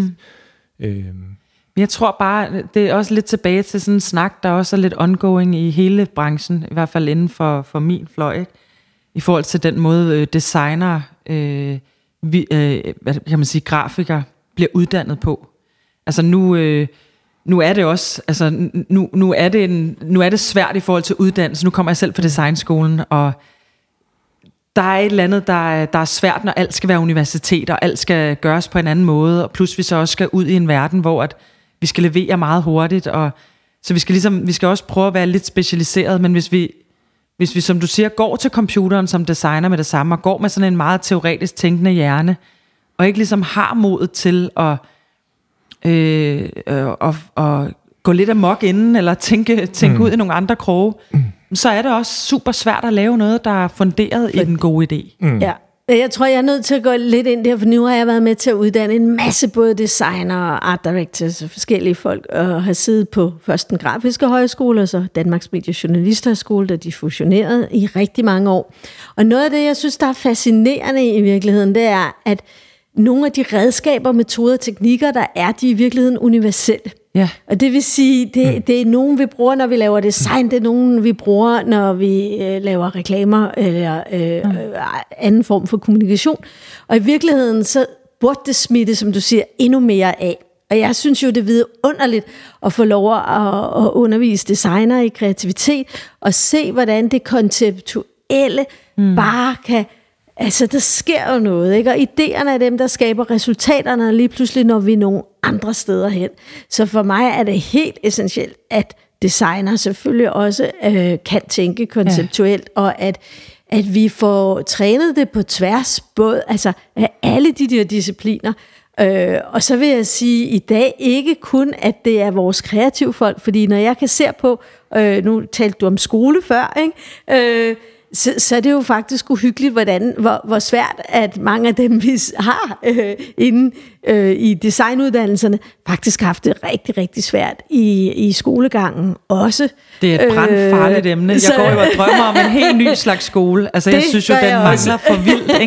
Jeg tror bare, det er også lidt tilbage til sådan en snak, der også er lidt ongoing i hele branchen, i hvert fald inden for min fløj, ikke? I forhold til den måde designer, hvad kan man sige, grafikere bliver uddannet på. Altså nu er det også, altså nu er det svært i forhold til uddannelse. Nu kommer jeg selv fra designskolen, og der er et eller andet, der er svært, når alt skal være universitet, og alt skal gøres på en anden måde, og plus vi så også skal ud i en verden, hvor at vi skal levere meget hurtigt, og så vi skal også prøve at være lidt specialiseret, men hvis vi, som du siger, går til computeren som designer med det samme, og går med sådan en meget teoretisk tænkende hjerne, og ikke ligesom har modet til at gå lidt amok inden, eller tænke ud i nogle andre kroge, så er det også super svært at lave noget, der er funderet i den gode idé. Ja, jeg tror, jeg er nødt til at gå lidt ind der, for nu har jeg været med til at uddanne en masse både designer og art directors og forskellige folk, og har siddet på først den grafiske højskole, og så Danmarks Mediejournalisthøjskole, da de fusionerede i rigtig mange år. Og noget af det, jeg synes, der er fascinerende i virkeligheden, det er, at nogle af de redskaber, metoder og teknikker, der er, de i virkeligheden universelle. Ja. Og det vil sige, det er nogen, vi bruger, når vi laver design, det er nogen, vi bruger, når vi laver reklamer eller anden form for kommunikation. Og i virkeligheden, så burde det smitte, som du siger, endnu mere af. Og jeg synes jo, det er vidunderligt at få lov at undervise designer i kreativitet, og se, hvordan det konceptuelle bare kan Altså, der sker jo noget, ikke? Og idéerne er dem, der skaber resultaterne, og lige pludselig når vi nogle andre steder hen. Så for mig er det helt essentielt, at designer selvfølgelig også kan tænke konceptuelt, og at vi får trænet det på tværs, både altså af alle de der discipliner. Og så vil jeg sige i dag ikke kun, at det er vores kreative folk, fordi når jeg kan se på, nu talte du om skole før, ikke? Så er det jo faktisk uhyggeligt, hvor svært, at mange af dem, vi har inde i designuddannelserne, faktisk har haft det rigtig, rigtig svært i skolegangen også. Det er et brandfarligt emne. Jeg går jo og drømmer om en helt ny slags skole. Altså, jeg synes jo, den mangler for vildt,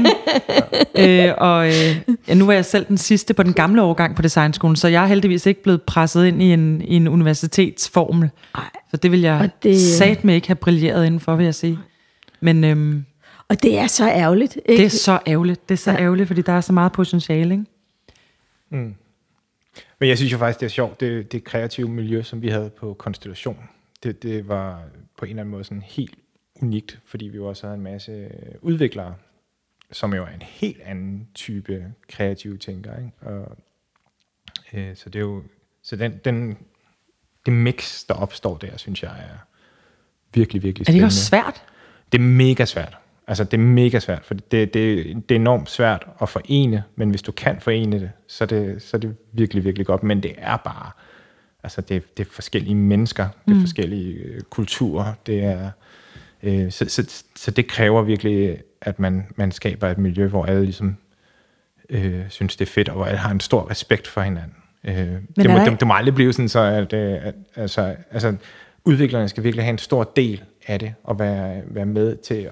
ikke? Nu var jeg selv den sidste på den gamle årgang på designskolen, så jeg er heldigvis ikke blevet presset ind i en universitetsformel. Så det vil jeg satme ikke have brilleret indenfor, vil jeg sige. Men, og det er så ærgerligt, ikke? Det er så ærgerligt, fordi der er så meget potentiale, ikke? Mm. Men jeg synes jo faktisk, det er sjovt, det kreative miljø, som vi havde på Konstellation. Det var på en eller anden måde sådan helt unikt, fordi vi jo også havde en masse udviklere, som jo er en helt anden type kreative tænkere, ikke? Og, så det er jo det mix, der opstår der, synes jeg er virkelig, virkelig spændende. Er det også svært? Det er mega svært. Altså, det er mega svært, for det er enormt svært at forene, men hvis du kan forene det, så er det virkelig, virkelig godt. Men det er bare, altså, det er forskellige mennesker, det er forskellige kulturer, det er, så det kræver virkelig, at man skaber et miljø, hvor alle ligesom synes, det er fedt, og hvor alle har en stor respekt for hinanden. Det må aldrig blive sådan, så at udviklerne skal virkelig have en stor del af det, og være med til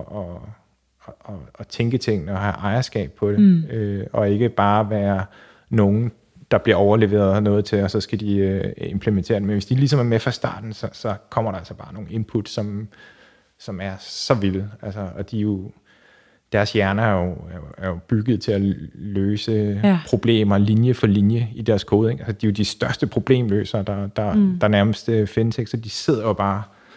at tænke tingene og have ejerskab på det, og ikke bare være nogen, der bliver overleveret noget til, og så skal de implementere det. Men hvis de ligesom er med fra starten, så kommer der altså bare nogle input, som er så vilde. Altså, og deres hjerner er jo bygget til at løse problemer linje for linje i deres kode, ikke? Altså, de er jo de største problemløsere, der nærmest findes, ikke? Så de sidder jo bare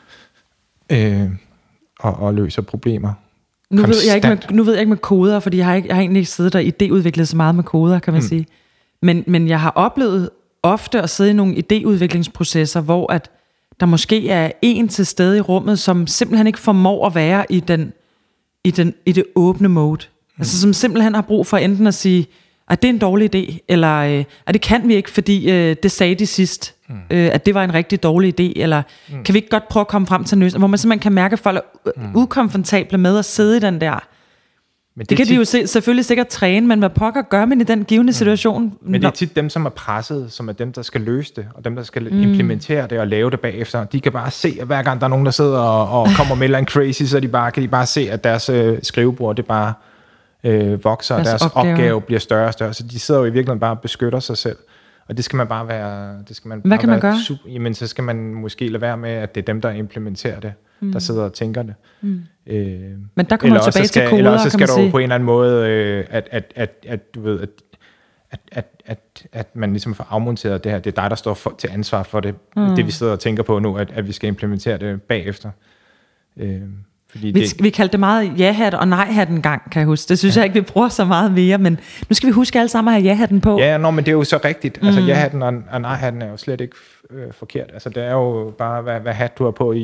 og løser problemer. Nu ved jeg ikke med koder, fordi jeg har egentlig ikke siddet der idéudviklet så meget med koder, kan man sige. Men jeg har oplevet ofte at sidde i nogle idéudviklingsprocesser, hvor at der måske er en til stede i rummet, som simpelthen ikke formår at være i det åbne mode. Altså som simpelthen har brug for enten at sige, at det er en dårlig idé, eller at det kan vi ikke, fordi det sagde de sidst, at det var en rigtig dårlig idé, eller kan vi ikke godt prøve at komme frem til løsning, hvor man simpelthen kan mærke, at folk er ukomfortable med at sidde i den der. Men det kan de jo selvfølgelig sikkert træne, men hvad pokker gør man i den givende situation? Men det er tit dem, som er presset, som er dem, der skal løse det, og dem, der skal implementere det og lave det bagefter. De kan bare se, at hver gang der er nogen, der sidder og kommer med en crazy, så kan de bare se, at deres skrivebord, det bare vokser, og deres opgave bliver større og større. Så de sidder jo i virkeligheden bare og beskytter sig selv. Og det skal man bare være... Hvad kan man gøre? Jamen, så skal man måske lade være med, at det er dem, der implementerer det, der sidder og tænker det. Men der kommer tilbage til koder, eller også skal du på en eller anden måde, at du ved, at man ligesom får afmonteret det her. Det er dig, der står til ansvar for det. Det vi sidder og tænker på nu, at vi skal implementere det bagefter. Vi kaldte det meget ja-hat og nej-hat en gang, kan jeg huske. Det synes jeg ikke, vi bruger så meget mere, men nu skal vi huske alle sammen at have ja-hatten på. Ja, men det er jo så rigtigt. Altså ja-hatten og nej-hatten er jo slet ikke forkert. Altså det er jo bare, hvad hat du har på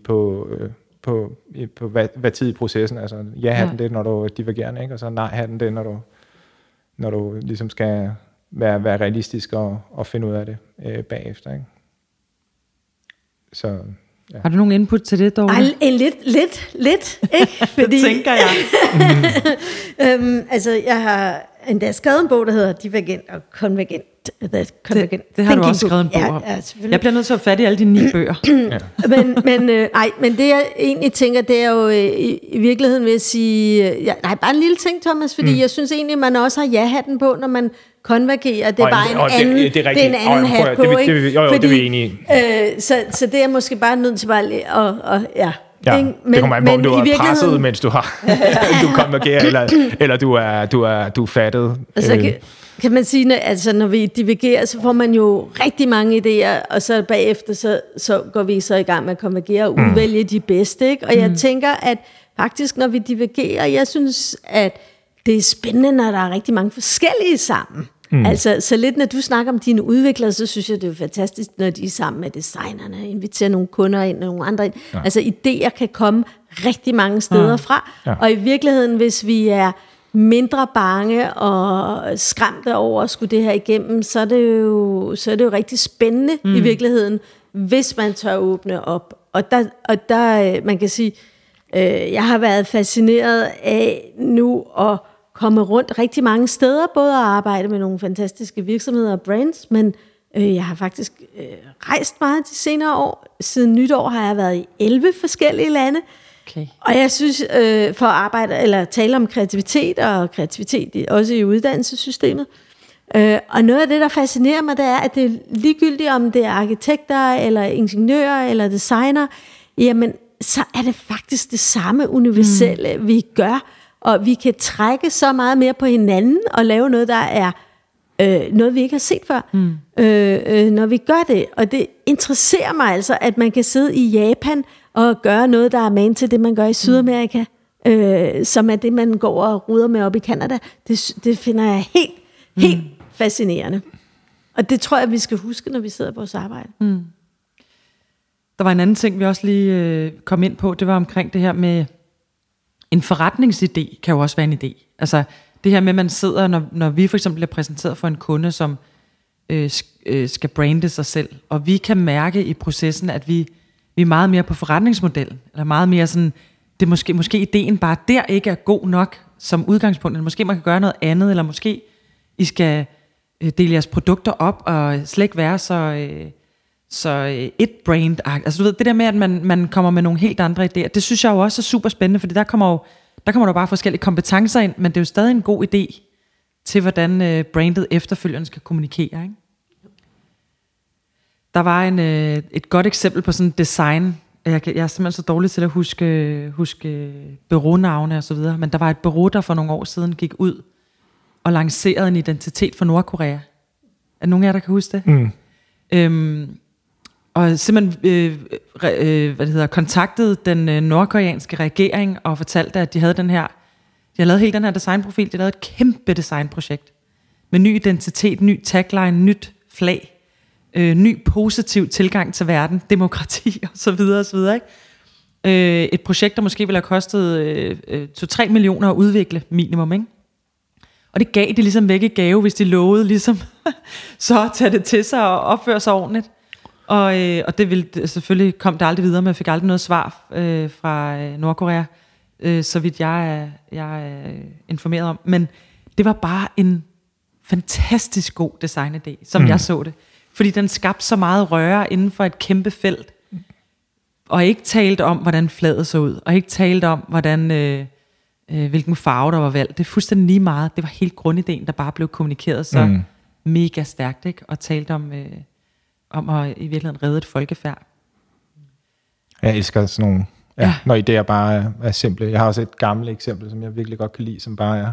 på hvad tid i processen. Altså ja-hatten, det er, når du er divergerende, ikke? Og så nej-hatten, det er, når du ligesom skal være realistisk og finde ud af det bagefter, ikke? Så... Ja. Har du nogen input til det, Dorte? Lidt, ikke? Fordi, det tænker jeg. Altså, jeg har endda skrevet en bog, der hedder Divergent og Konvergent. Det har du også skrevet en bog om. Ja, jeg bliver nødt til at fatte i alle de 9 bøger. Men det jeg egentlig tænker, det er jo i virkeligheden vil jeg sige... bare en lille ting, Thomas, fordi jeg synes egentlig, man også har ja-hatten på, når man konvergerer. Det er bare en anden hat på, ikke? Det er vi enige i. Så det er måske bare nødt til bare Ja, det kommer an på, om du er presset, mens du konvergerer, eller du er fattet. Altså, kan man sige, altså når vi divergerer, så får man jo rigtig mange idéer, og så bagefter, så går vi så i gang med at konvergere og udvælge de bedste, ikke? Og jeg tænker, at faktisk, når vi divergerer. Jeg synes, at det er spændende, når der er rigtig mange forskellige sammen. Altså, så lidt når du snakker om dine udviklere, så synes jeg, det er fantastisk, når de er sammen med designerne, inviterer nogle kunder ind, og nogle andre ind. Ja. Altså, idéer kan komme rigtig mange steder fra. Ja. Og i virkeligheden, hvis vi er mindre bange og skræmte over at skulle det her igennem, så er det jo rigtig spændende i virkeligheden, hvis man tør åbne op. Og der man kan sige, jeg har været fascineret af nu at komme rundt rigtig mange steder, både at arbejde med nogle fantastiske virksomheder og brands, men jeg har faktisk rejst meget de senere år. Siden nytår har jeg været i 11 forskellige lande. Okay. Og jeg synes, for at arbejde eller tale om kreativitet, og kreativitet også i uddannelsessystemet, og noget af det, der fascinerer mig, det er, at det er ligegyldigt, om det er arkitekter, eller ingeniører, eller designer, jamen, så er det faktisk det samme universelle, vi gør, og vi kan trække så meget mere på hinanden, og lave noget, der er noget, vi ikke har set før, når vi gør det. Og det interesserer mig altså, at man kan sidde i Japan, og gøre noget, der er man til det, man gør i Sydamerika, som er det, man går og ruder med op i Canada. Det finder jeg helt fascinerende. Og det tror jeg, vi skal huske, når vi sidder på vores arbejde. Der var en anden ting, vi også lige kom ind på, det var omkring det her med en forretningsidé, kan jo også være en idé. Altså det her med, at man sidder, når vi for eksempel bliver præsenteret for en kunde, som skal brande sig selv, og vi kan mærke i processen, at vi er meget mere på forretningsmodellen, eller meget mere sådan, det måske ideen bare der ikke er god nok som udgangspunkt, eller måske man kan gøre noget andet, eller måske I skal dele jeres produkter op, og slet ikke være så et brand. Altså du ved, det der med, at man kommer med nogle helt andre idéer, det synes jeg jo også er super spændende, fordi der kommer der bare forskellige kompetencer ind, men det er jo stadig en god idé til, hvordan brandet efterfølgende skal kommunikere, ikke? Der var et godt eksempel på sådan design. Jeg er simpelthen så dårlig til at huske bureaunavne og så videre, men der var et bureau, der for nogle år siden gik ud og lancerede en identitet for Nordkorea. Er der nogen af jer, der kan huske det? Og simpelthen kontaktede den nordkoreanske regering og fortalte, at de havde lavet hele den her designprofil. De lavede et kæmpe designprojekt med ny identitet, ny tagline, nyt flag, ny positiv tilgang til verden, demokrati og så videre og så videre, ikke? Et projekt, der måske ville have kostet 2-3 millioner at udvikle minimum, ikke? Og det gav de ligesom væk i gave, hvis de lovede ligesom så at tage det til sig og opføre sig ordentligt. Og det ville selvfølgelig kom det aldrig videre, men jeg fik aldrig noget svar fra Nordkorea, så vidt jeg er informeret om. Men det var bare en fantastisk god designidé, som jeg så det. Fordi den skabte så meget røre inden for et kæmpe felt, og ikke talte om, hvordan flaget så ud, og ikke talte om, hvilken farve der var valgt. Det er fuldstændig lige meget. Det var helt grundidéen, der bare blev kommunikeret så mega stærkt, ikke? Og talte om at i virkeligheden redde et folkefærd. Jeg elsker sådan nogle, når idéer bare er simple. Jeg har også et gammelt eksempel, som jeg virkelig godt kan lide, som bare er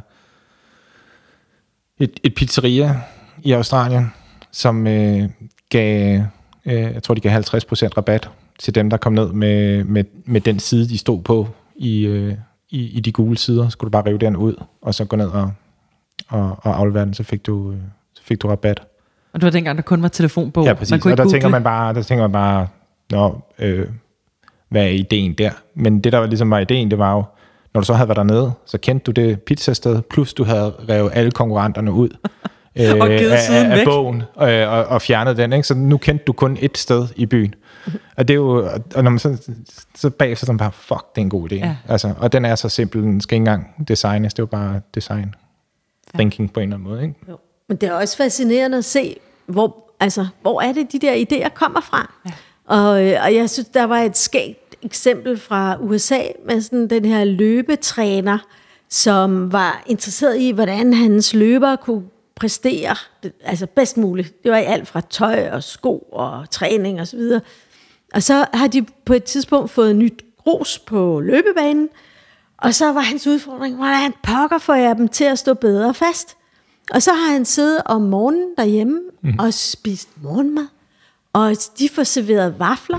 et pizzeria i Australien, som gav, jeg tror de gav 50% rabat til dem, der kom ned med den side, de stod på i de gule sider. Så skulle du bare rive den ud, og så gå ned og aflevere den, så fik du rabat. Og det var dengang, der kun var telefonbog. Ja, præcis. Og der tænker man bare, hvad er ideen der? Men det, der ligesom var ideen, det var jo, når du så havde været dernede, så kendte du det pizzasted, plus du havde revet alle konkurrenterne ud af bogen, og fjernet den, ikke? Så nu kendte du kun et sted i byen. Og det er jo, og når man så bagefter sådan bare, fuck, det er en god idé. Ja. Altså, og den er så simpel, den skal ikke engang designes, det er jo bare design thinking på en eller anden måde, ikke? Jo. Men det er også fascinerende at se, hvor er det, de der idéer kommer fra. Ja. Og jeg synes, der var et skægt eksempel fra USA med sådan den her løbetræner, som var interesseret i, hvordan hans løbere kunne præstere bedst muligt. Det var i alt fra tøj og sko og træning og så videre. Og så har de på et tidspunkt fået nyt grus på løbebanen, og så var hans udfordring, hvordan pokker får jeg dem til at stå bedre fast? Og så har han siddet om morgenen derhjemme og spist morgenmad, og de får serveret vafler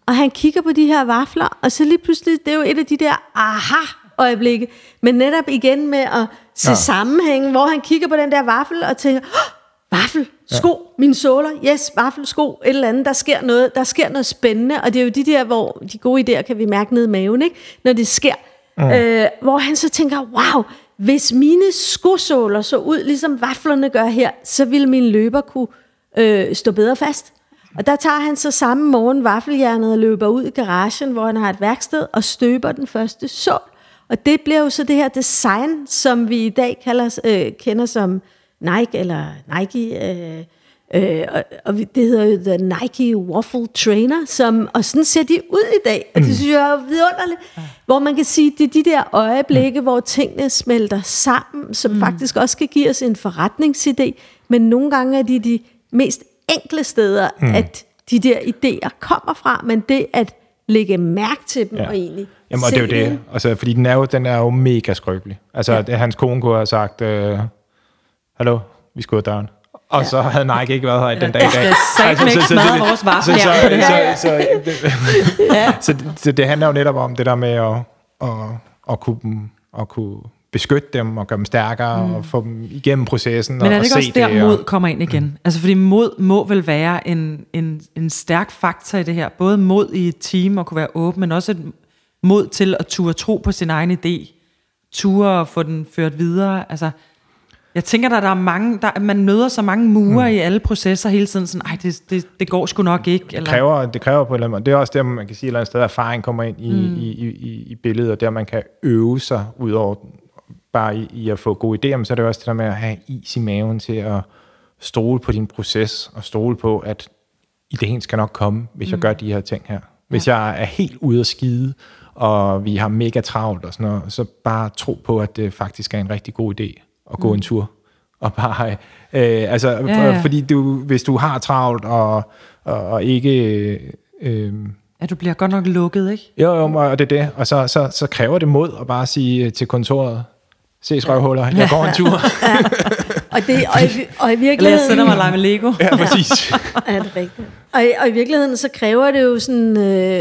Og han kigger på de her vafler, og så lige pludselig, det er jo et af de der aha-øjeblikke, men netop igen med at se sammenhængen, hvor han kigger på den der vaffel og tænker, vaffel, sko, mine såler, yes, vaffel, sko, et eller andet, der sker noget spændende, og det er jo de der, hvor de gode idéer kan vi mærke ned i maven, ikke? Når det sker. Hvor han så tænker, wow, hvis mine skosåler så ud, ligesom vaflerne gør her, så ville mine løber kunne stå bedre fast. Og der tager han så samme morgen vaffeljernet og løber ud i garagen, hvor han har et værksted, og støber den første sål. Og det bliver jo så det her design, som vi i dag kender som Nike eller Nike, og det hedder jo The Nike Waffle Trainer, og sådan ser de ud i dag, og det synes jeg er vidunderligt, hvor man kan sige, det er de der øjeblikke, hvor tingene smelter sammen, som faktisk også kan give os en forretningsidé, men nogle gange er de mest enkle steder, at de der idéer kommer fra, men det at lægge mærke til dem og egentlig jamen, og det er jo det, altså, fordi den er jo mega skrøbelig. Altså, hans kone kunne have sagt, hallo, vi skal ud af døren. Og så havde Nike ikke været her den dag i dag. Så det handler jo netop om det der med at kunne beskytte dem og gøre dem stærkere og få dem igennem processen. Men er det ikke også der, mod kommer ind igen? Altså fordi mod må vel være en stærk faktor i det her. Både mod i et team at kunne være åben, men også et mod til at turde tro på sin egen idé. Ture og få den ført videre. Altså, jeg tænker, der er mange, man møder så mange mure i alle processer hele tiden. Sådan, det går sgu nok ikke. Eller? Det kræver på en eller anden måde. Det er også der, man kan sige, at et eller andet sted, erfaring kommer ind i billedet, og der man kan øve sig ud over bare i at få gode idéer, men så er det også det der med at have is i maven til at stole på din proces, og stole på, at idéen skal nok komme, hvis jeg gør de her ting her. Hvis jeg er helt ude at skide, og vi har mega travlt og sådan noget, så bare tro på, at det faktisk er en rigtig god idé at gå en tur. Og bare, fordi hvis du har travlt og ikke... Ja, du bliver godt nok lukket, ikke? Jo, og det er det. Og så kræver det mod at bare sige til kontoret, ses røvhuller, jeg går en tur. Og i virkeligheden... Jeg sætter mig og leger med Lego. Ja, præcis. Ja, det er rigtigt. Og i virkeligheden, så kræver det jo sådan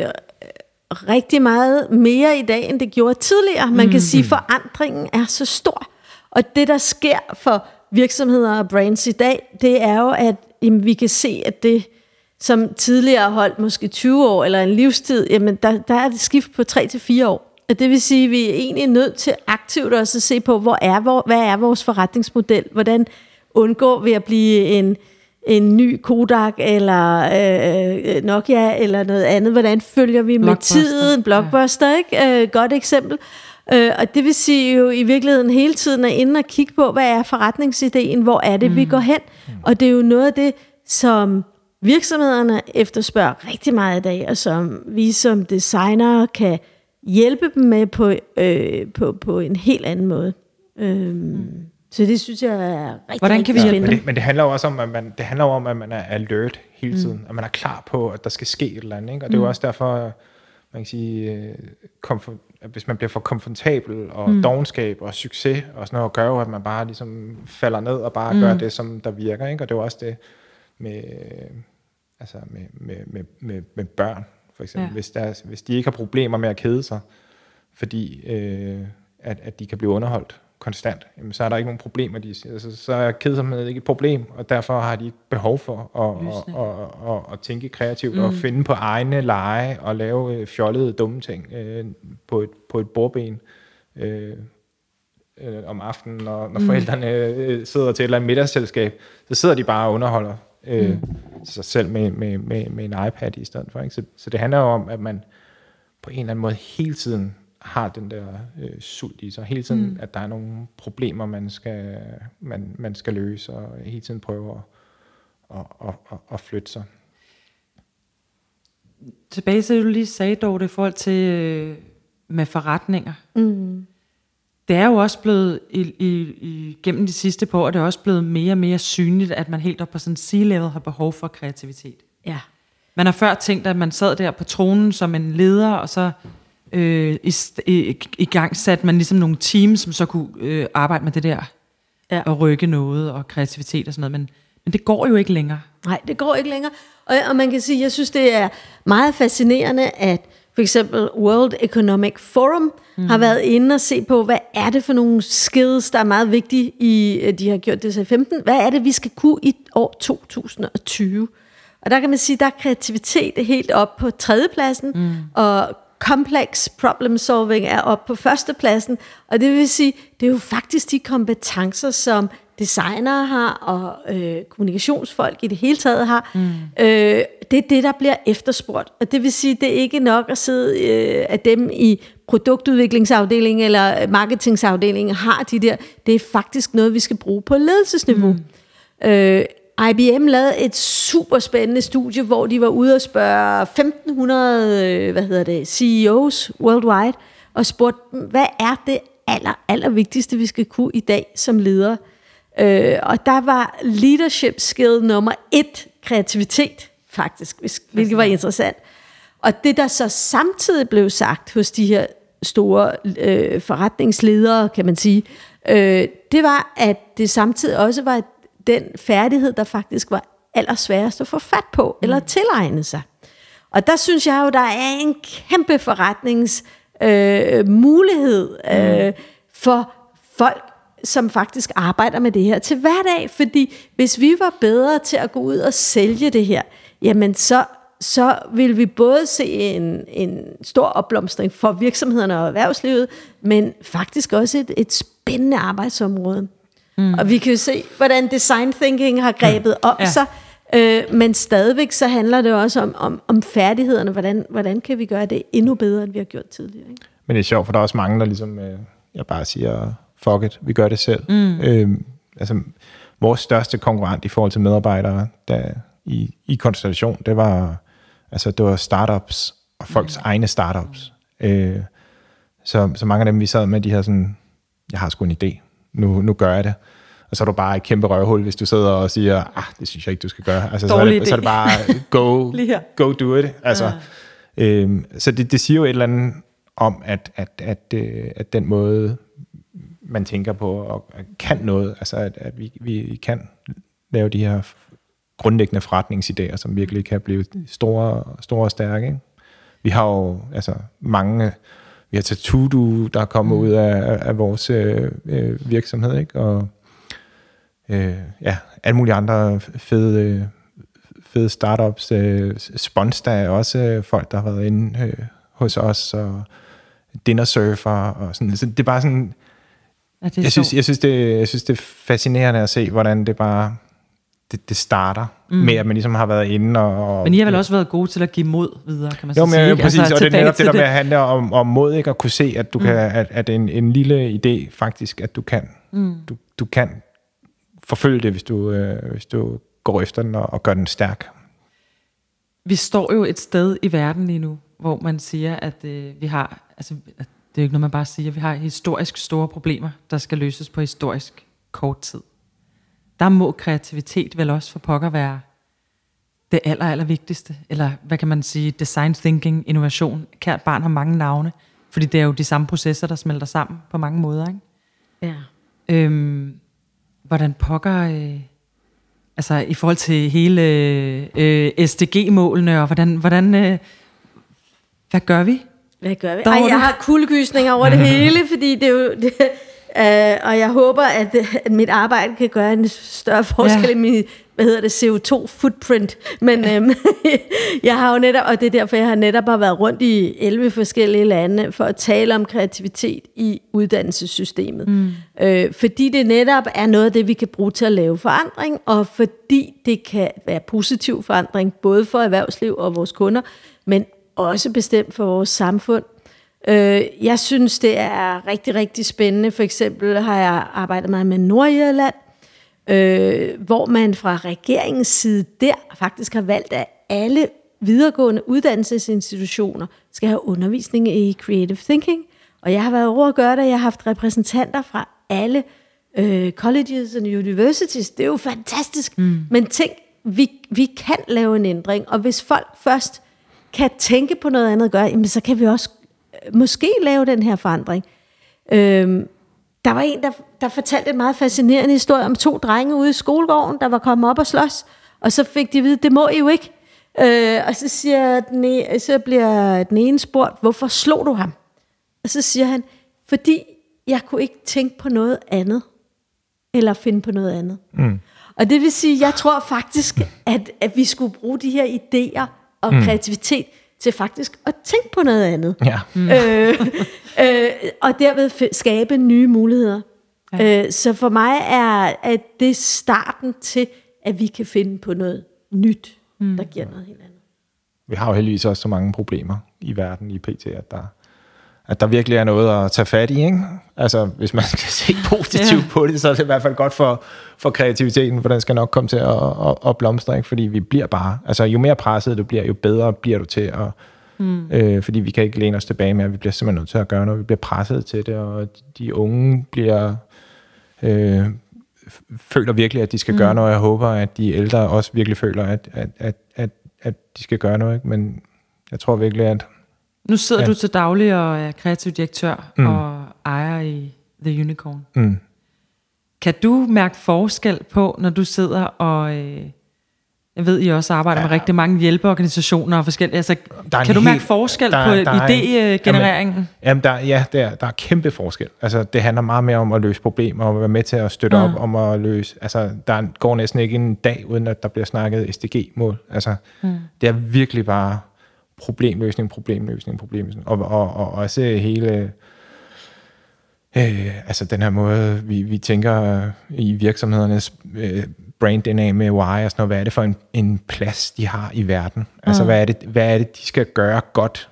rigtig meget mere i dag, end det gjorde tidligere. Man kan sige, at forandringen er så stor. Og det, der sker for virksomheder og brands i dag, det er jo, at vi kan se, at det, som tidligere holdt måske 20 år eller en livstid, jamen der er det skift på 3-4 år. Og det vil sige, at vi er egentlig nødt til aktivt også at se på, hvad er vores forretningsmodel? Hvordan undgår vi at blive en ny Kodak eller Nokia eller noget andet? Hvordan følger vi med tiden? Blockbuster, ikke? Godt eksempel. Og det vil sige jo i virkeligheden hele tiden er inde og kigge på, hvad er forretningsideen? Hvor er det, vi går hen? Og det er jo noget af det, som virksomhederne efterspørger rigtig meget i dag, og som vi som designere kan hjælpe dem med på en helt anden måde. Så det synes jeg er rigtig spændende. Men det handler jo også om, at man er alert hele tiden, at man er klar på, at der skal ske et eller andet. Ikke? Og det er jo også derfor, man kan sige, at hvis man bliver for komfortabel og dovenskab og succes og sådan noget, gør jo, at man bare ligesom falder ned og bare gør det, som der virker. Ikke? Og det er jo også det med børn, for eksempel. Ja. Hvis de ikke har problemer med at kede sig, fordi at de kan blive underholdt konstant, jamen, så er der ikke nogen problemer. Så er kedsomhed ikke et problem, og derfor har de ikke behov for at tænke kreativt og finde på egne lege og lave fjollede, dumme ting på et bordben om aftenen, når forældrene sidder til et eller andet middagsselskab, så sidder de bare og underholder sig selv med en iPad i stedet for. Ikke? Så det handler jo om, at man på en eller anden måde hele tiden har den der sult i sig. Hele tiden, at der er nogle problemer, man skal løse, og hele tiden prøve at flytte sig. Tilbage til det, du lige sagde, Dorte, i forhold til med forretninger. Det er jo også blevet, gennem de sidste par år, det er også blevet mere og mere synligt, at man helt op på sådan en C-level har behov for kreativitet. Ja. Man har før tænkt, at man sad der på tronen som en leder, og så i gang satte man ligesom nogle teams, som så kunne arbejde med det der, og rykke noget, og kreativitet og sådan noget. Men det går jo ikke længere. Nej, det går ikke længere. Og man kan sige, jeg synes, det er meget fascinerende, at for eksempel World Economic Forum har været inde og se på, hvad er det for nogle skills, der er meget vigtige i, de har gjort det i 15. Hvad er det, vi skal kunne i år 2020? Og der kan man sige, der er kreativitet helt op på 3. pladsen, og complex problem solving er op på 1. pladsen. Og det vil sige, det er jo faktisk de kompetencer, som designere har, og kommunikationsfolk i det hele taget har. Det er det, der bliver efterspurgt. Og det vil sige, det er ikke nok at sidde af dem i produktudviklingsafdelingen eller marketingsafdelingen har de der. Det er faktisk noget, vi skal bruge på ledelsesniveau. IBM lavede et super spændende studie, hvor de var ude og spørge 1.500 CEOs worldwide, og spurgte, hvad er det aller vigtigste, vi skal kunne i dag som ledere? Og der var leadership skill nummer 1, kreativitet faktisk, hvilket var interessant. Og det, der så samtidig blev sagt hos de her store forretningsledere, kan man sige, det var, at det samtidig også var den færdighed, der faktisk var allersværest at få fat på, eller tilegne sig. Og der synes jeg jo, der er en kæmpe forretningsmulighed for folk, som faktisk arbejder med det her til hverdag. Fordi hvis vi var bedre til at gå ud og sælge det her, jamen så vil vi både se en stor opblomstring for virksomhederne og erhvervslivet, men faktisk også et spændende arbejdsområde. Og vi kan jo se, hvordan design thinking har grebet om sig, men stadigvæk så handler det også om færdighederne. Hvordan kan vi gøre det endnu bedre, end vi har gjort tidligere? Ikke? Men det er sjovt, for der er også mange, der ligesom, jeg bare siger, fuck it, vi gør det selv. Altså, vores største konkurrent i forhold til medarbejdere der i Constellation, det var startups og folks egne startups. Så mange af dem, vi sad med, de her sådan, jeg har sgu en idé, nu gør jeg det. Og så er du bare et kæmpe røvhul, hvis du sidder og siger, det synes jeg ikke, du skal gøre. Altså, så er det bare, go do it. Altså, så det siger jo et eller andet om, at den måde, man tænker på og kan noget, altså at vi kan lave de her grundlæggende forretningsidéer, som virkelig kan blive store og stærke. Ikke? Vi har jo mange, vi har Tatudo, der er kommet ud af vores virksomhed, ikke? Og alle mulige andre fede startups. Sponsor er også folk, der har været inde hos os, og Dinnersurfer og sådan. Så det er bare sådan. Jeg synes det er fascinerende at se, hvordan det bare det starter med, at man ligesom har været inde og... Men I har vel også været gode til at give mod videre, kan man så sige. Jo, præcis, og det er netop det, der med at handle om mod, ikke? At kunne se, at du kan, at en lille idé faktisk, at du kan. Du kan forfølge det, hvis du går efter den og gør den stærk. Vi står jo et sted i verden lige nu, hvor man siger, at vi har... Altså, det er jo ikke noget, man bare siger. Vi har historisk store problemer, der skal løses på historisk kort tid. Der må kreativitet vel også for pokker være det aller vigtigste. Eller hvad kan man sige? Design thinking, innovation. Kært barn har mange navne. Fordi det er jo de samme processer, der smelter sammen på mange måder. Ikke? Ja. Hvordan pokker... altså i forhold til hele SDG-målene, og hvordan hvad gør vi? Hvad gør vi? Jeg har kuldegysninger over det hele, fordi det er jo... og jeg håber, at mit arbejde kan gøre en større forskel i min, CO2-footprint. Men jeg har jo netop, og det er derfor, jeg har netop været rundt i 11 forskellige lande for at tale om kreativitet i uddannelsessystemet. Fordi det netop er noget af det, vi kan bruge til at lave forandring, og fordi det kan være positiv forandring, både for erhvervsliv og vores kunder, men også bestemt for vores samfund. Jeg synes, det er rigtig, rigtig spændende. For eksempel har jeg arbejdet meget med Nordirland, hvor man fra regeringens side der faktisk har valgt, at alle videregående uddannelsesinstitutioner skal have undervisning i creative thinking. Og jeg har været over at gøre det. Jeg har haft repræsentanter fra alle colleges and universities. Det er jo fantastisk. Men tænk, vi kan lave en ændring. Og hvis folk først kan tænke på noget andet at gøre, jamen, så kan vi også måske lave den her forandring. Der var en, der fortalte en meget fascinerende historie om 2 drenge ude i skolegården, der var kommet op og slås, og så fik de at vide, det må I jo ikke. Og så bliver den ene spurgt, hvorfor slog du ham? Og så siger han, fordi jeg kunne ikke tænke på noget andet, eller finde på noget andet. Og det vil sige, jeg tror faktisk, at vi skulle bruge de her idéer og kreativitet til faktisk at tænke på noget andet. Ja. Og derved skabe nye muligheder. Ja. Så for mig er det starten til, at vi kan finde på noget nyt, der giver noget helt andet. Vi har jo heldigvis også så mange problemer i verden i PT, at der virkelig er noget at tage fat i, ikke? Altså, hvis man skal se positivt på det, så er det i hvert fald godt for kreativiteten, for den skal nok komme til at blomstre, ikke? Fordi vi bliver bare, altså jo mere presset du bliver, jo bedre bliver du til at, fordi vi kan ikke læne os tilbage med, at vi bliver simpelthen nødt til at gøre noget, vi bliver presset til det, og de unge bliver, føler virkelig, at de skal gøre noget, jeg håber, at de ældre også virkelig føler, at de skal gøre noget, ikke? Men jeg tror virkelig, at nu sidder du til daglig og er kreativ direktør og ejer i The Unicorn. Kan du mærke forskel på, når du sidder og... jeg ved, I også arbejder med rigtig mange hjælpeorganisationer og forskellige. Altså, kan du mærke forskel på idégenereringen? Jamen, der er kæmpe forskel. Altså, det handler meget mere om at løse problemer og være med til at støtte op om at løse... Altså, der går næsten ikke en dag, uden at der bliver snakket SDG-mål. Altså, det er virkelig bare... problemløsning. Og også hele altså den her måde, vi tænker i virksomhedernes brain DNA med why og sådan noget, hvad er det for en plads, de har i verden? Altså, hvad er det, de skal gøre godt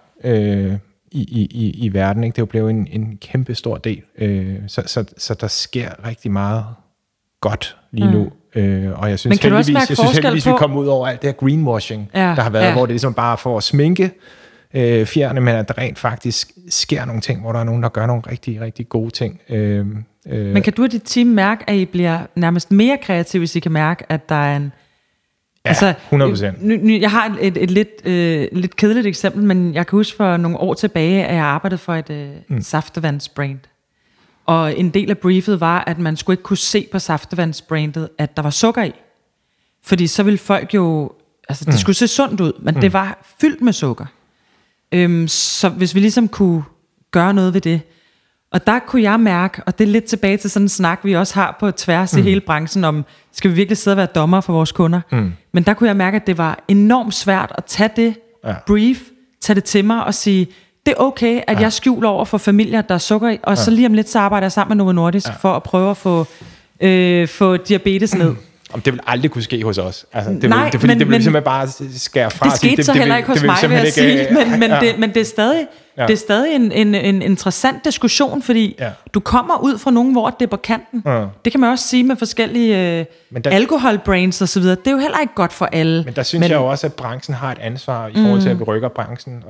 i verden? Ikke? Det er jo blevet en kæmpe stor del. Så der sker rigtig meget godt lige nu. Og jeg synes heldigvis, vi kommer ud over alt det her greenwashing, der har været, hvor det ligesom bare for at sminke fjerne, men at der rent faktisk sker nogle ting, hvor der er nogen, der gør nogle rigtig, rigtig gode ting. Men kan du og dit team mærke, at I bliver nærmest mere kreative, hvis I kan mærke, at der er en... Ja, altså, 100%. Jeg har et lidt kedeligt eksempel, men jeg kan huske for nogle år tilbage, at jeg arbejdede for et saftevandsbrand. Og en del af briefet var, at man skulle ikke kunne se på saftevandsbrandet, at der var sukker i. Fordi så ville folk jo... Altså, det skulle se sundt ud, men det var fyldt med sukker. Så hvis vi ligesom kunne gøre noget ved det. Og der kunne jeg mærke, og det er lidt tilbage til sådan en snak, vi også har på tværs i hele branchen, om skal vi virkelig sidde og være dommer for vores kunder. Men der kunne jeg mærke, at det var enormt svært at tage det brief, tage det til mig og sige... Det er okay, at jeg skjuler over for familier, der er sukker i, og så lige om lidt, så arbejder jeg sammen med Novo Nordisk for at prøve at få diabetes ned. Det vil aldrig kunne ske hos os. Altså, det vil simpelthen bare skære fra. Det skete så heller ikke hos mig, vil jeg sige. Men det er stadig en interessant diskussion, fordi du kommer ud fra nogen, hvor det er på kanten. Det kan man også sige med forskellige alkoholbrands og så videre. Det er jo heller ikke godt for alle. Men der synes jeg jo også, at branchen har et ansvar i forhold til, at vi rykker branchen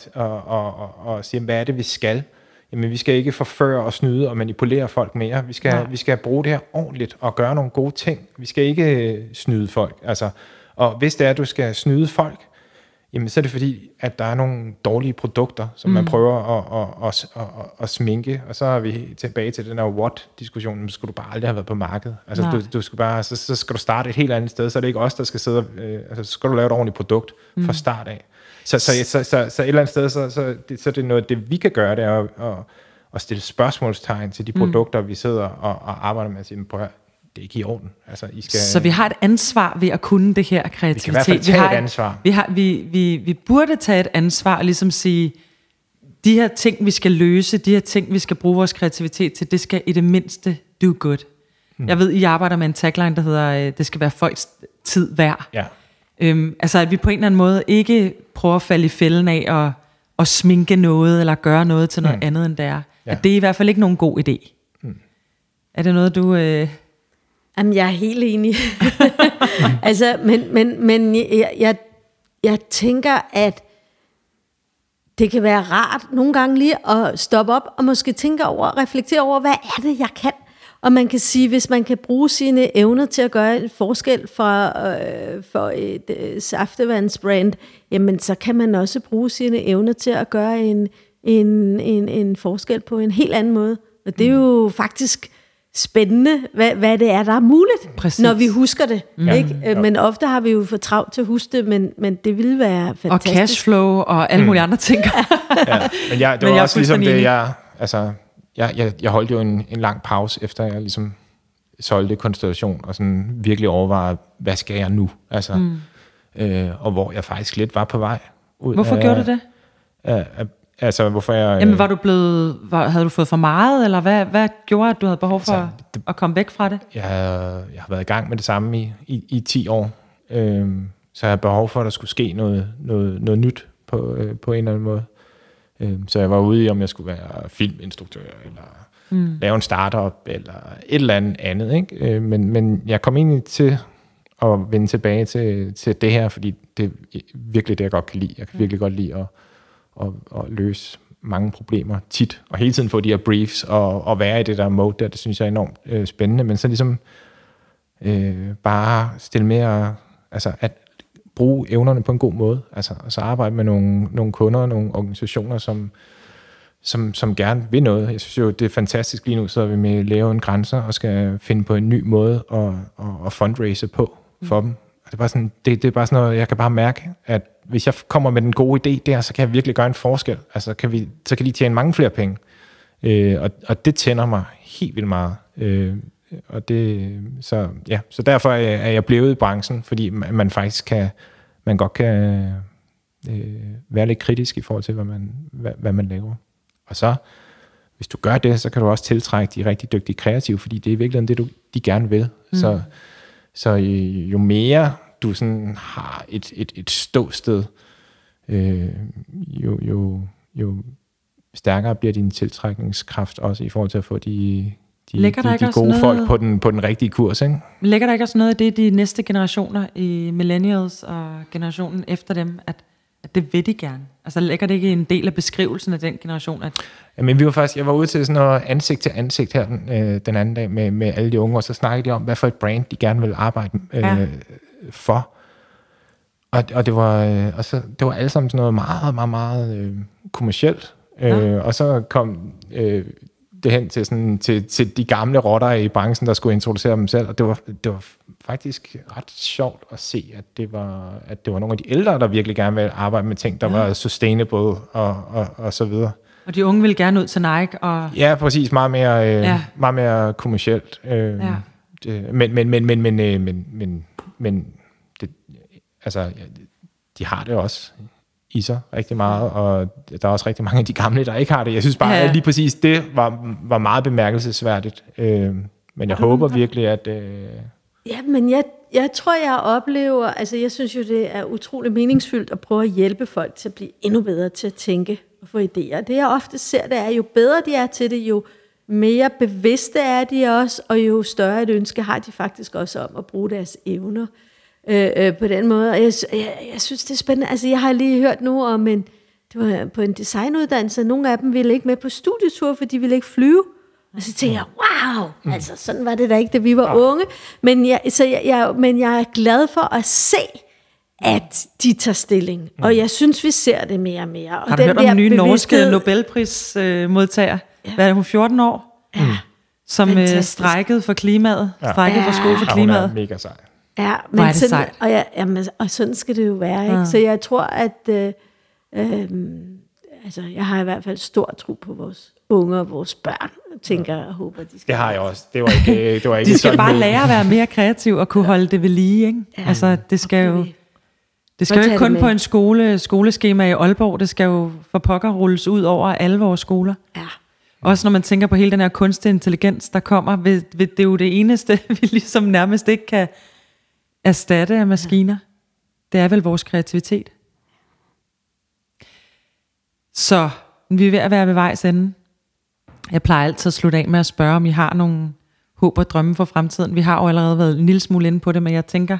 og siger, hvad er det, vi skal? Jamen, vi skal ikke forføre og snyde og manipulere folk mere. Vi skal bruge det her ordentligt og gøre nogle gode ting. Vi skal ikke snyde folk. Altså, og hvis det er, at du skal snyde folk, jamen, så er det fordi, at der er nogle dårlige produkter, som man prøver at sminke. Og så er vi tilbage til den her what-diskussion. Så skal du bare aldrig have været på markedet. Altså, du skal bare, så skal du starte et helt andet sted. Så er det ikke os, der skal sidde så skal du lave et ordentligt produkt fra start af. Så et eller andet sted, så er det noget, det vi kan gøre, det er at stille spørgsmålstegn til de produkter, vi sidder og arbejder med at sige, det er ikke i orden. Altså, så vi har et ansvar ved at kunne det her kreativitet. Vi kan i hvert fald tage et ansvar. Vi burde tage et ansvar og ligesom sige, de her ting, vi skal løse, de her ting, vi skal bruge vores kreativitet til, det skal i det mindste do good. Jeg ved, I arbejder med en tagline, der hedder, det skal være folks tid værd. Ja. Altså at vi på en eller anden måde ikke prøver at falde i fælden af og sminke noget eller gøre noget til noget andet end det er. Ja. At det er i hvert fald ikke nogen god idé. Er det noget du... Jamen jeg er helt enig. Altså, men jeg tænker, at det kan være rart nogle gange lige at stoppe op og måske reflektere over, hvad er det, jeg kan? Og man kan sige, hvis man kan bruge sine evner til at gøre en forskel for et saftevandsbrand, jamen så kan man også bruge sine evner til at gøre en forskel på en helt anden måde Og det er jo faktisk spændende, hvad det er, der er muligt, Præcis. når vi husker det. Ikke? Men ofte har vi jo for travlt til at huske det, men det ville være fantastisk. Og cashflow og alle mulige andre ting. Men det var også ligesom det, jeg holdt jo en lang pause, efter jeg ligesom solgte Konstellation, og sådan virkelig overvejede, hvad skal jeg nu? Altså, og hvor jeg faktisk lidt var på vej ud. Hvorfor gjorde du det? Altså, hvorfor jeg... Jamen, havde du fået for meget, eller hvad gjorde, at du havde behov for at komme væk fra det? Jeg har været i gang med det samme i 10 år, så jeg har behov for, at der skulle ske noget nyt på en eller anden måde. Så jeg var ude i, om jeg skulle være filminstruktør, eller lave en startup, eller et eller andet, ikke? Men jeg kom egentlig til at vende tilbage til det her, fordi det er virkelig det, jeg godt kan lide. Jeg kan virkelig godt lide at løse mange problemer tit, og hele tiden få de her briefs, og være i det der mode der, det synes jeg er enormt spændende, men så ligesom bare stille mere, altså at bruge evnerne på en god måde, altså så arbejde med nogle kunder, nogle organisationer, som gerne vil noget. Jeg synes jo, det er fantastisk lige nu, så vi med Lave en Grænser, og skal finde på en ny måde at fundraise på for dem. Det er bare sådan, det er bare sådan noget, jeg kan bare mærke, at hvis jeg kommer med den gode idé der, så kan jeg virkelig gøre en forskel. Altså, så kan de tjene mange flere penge. Og det tænder mig helt vildt meget. Så derfor er jeg blevet i branchen, fordi man faktisk godt kan være lidt kritisk i forhold til, hvad man laver. Og så, hvis du gør det, så kan du også tiltrække de rigtig dygtige kreative, fordi det er i virkeligheden det, de gerne vil. Så jo mere du sådan har et ståsted, jo stærkere bliver din tiltrækningskraft også i forhold til at få de gode folk på den rigtige kurs, ikke? Lægger der ikke også noget af det, de næste generationer i millennials og generationen efter dem, at det vil de gerne? Altså lægger det ikke en del af beskrivelsen af den generation? Men jeg var ude til sådan noget ansigt til ansigt her den anden dag med alle de unge, og så snakkede de om, hvad for et brand de gerne vil arbejde for. Og det var alle sammen sådan noget meget, meget, meget kommercielt. Og så kom det hen til de gamle rotter i branchen, der skulle introducere dem selv, og det var faktisk ret sjovt at se, at det var nogle af de ældre, der virkelig gerne ville arbejde med ting, der var sustainable og så videre. Og de unge ville gerne ud til Nike og... Ja, præcis, meget mere kommercielt. Men det, altså, de har det også i sig rigtig meget, og der er også rigtig mange af de gamle, der ikke har det. Jeg synes bare, at lige præcis det var meget bemærkelsesværdigt. Men jeg håber virkelig, at... Ja, men jeg tror, jeg oplever... Altså, jeg synes jo, det er utrolig meningsfyldt at prøve at hjælpe folk til at blive endnu bedre til at tænke og få idéer. Det, jeg ofte ser, det er, jo bedre de er til det, jo mere bevidste er de også, og jo større et ønske har de faktisk også om at bruge deres evner på den måde. Og jeg synes, det er spændende. Altså, jeg har lige hørt nu om det var på en designuddannelse, nogle af dem ville ikke med på studietur, for de ville ikke flyve. Og så tænkte jeg, wow, altså sådan var det da ikke, da vi var unge. Men jeg er glad for at se, at de tager stilling. Og jeg synes, vi ser det mere og mere. Og har du hørt om den nye norske Nobelprismodtager? Hvad er hun, 14 år? Ja. Som strejkede for klimaet. Strejkede for skole for klimaet. Hun er mega sej. Ja, men sådan, og sådan skal det jo være. Ikke? Så jeg tror, at altså, jeg har i hvert fald stor tro på vores unge og vores børn. Tænker og håber, de skal. Det har jeg også. Det var ikke de skal bare lære at være mere kreativ og kunne holde det ved lige. Ikke? Ja, altså, det skal jo ikke kun på en skoleskema i Aalborg. Det skal jo for pokker rulles ud over alle vores skoler. Ja. Også når man tænker på hele den her kunstig intelligens, der kommer, det er jo det eneste, vi ligesom nærmest ikke kan erstatte af maskiner. Det er vel vores kreativitet. Så vi er ved at være ved vejs ende. Jeg plejer altid at slutte af med at spørge, om I har nogle håb og drømme for fremtiden. Vi har jo allerede været en lille smule inde på det, men jeg tænker,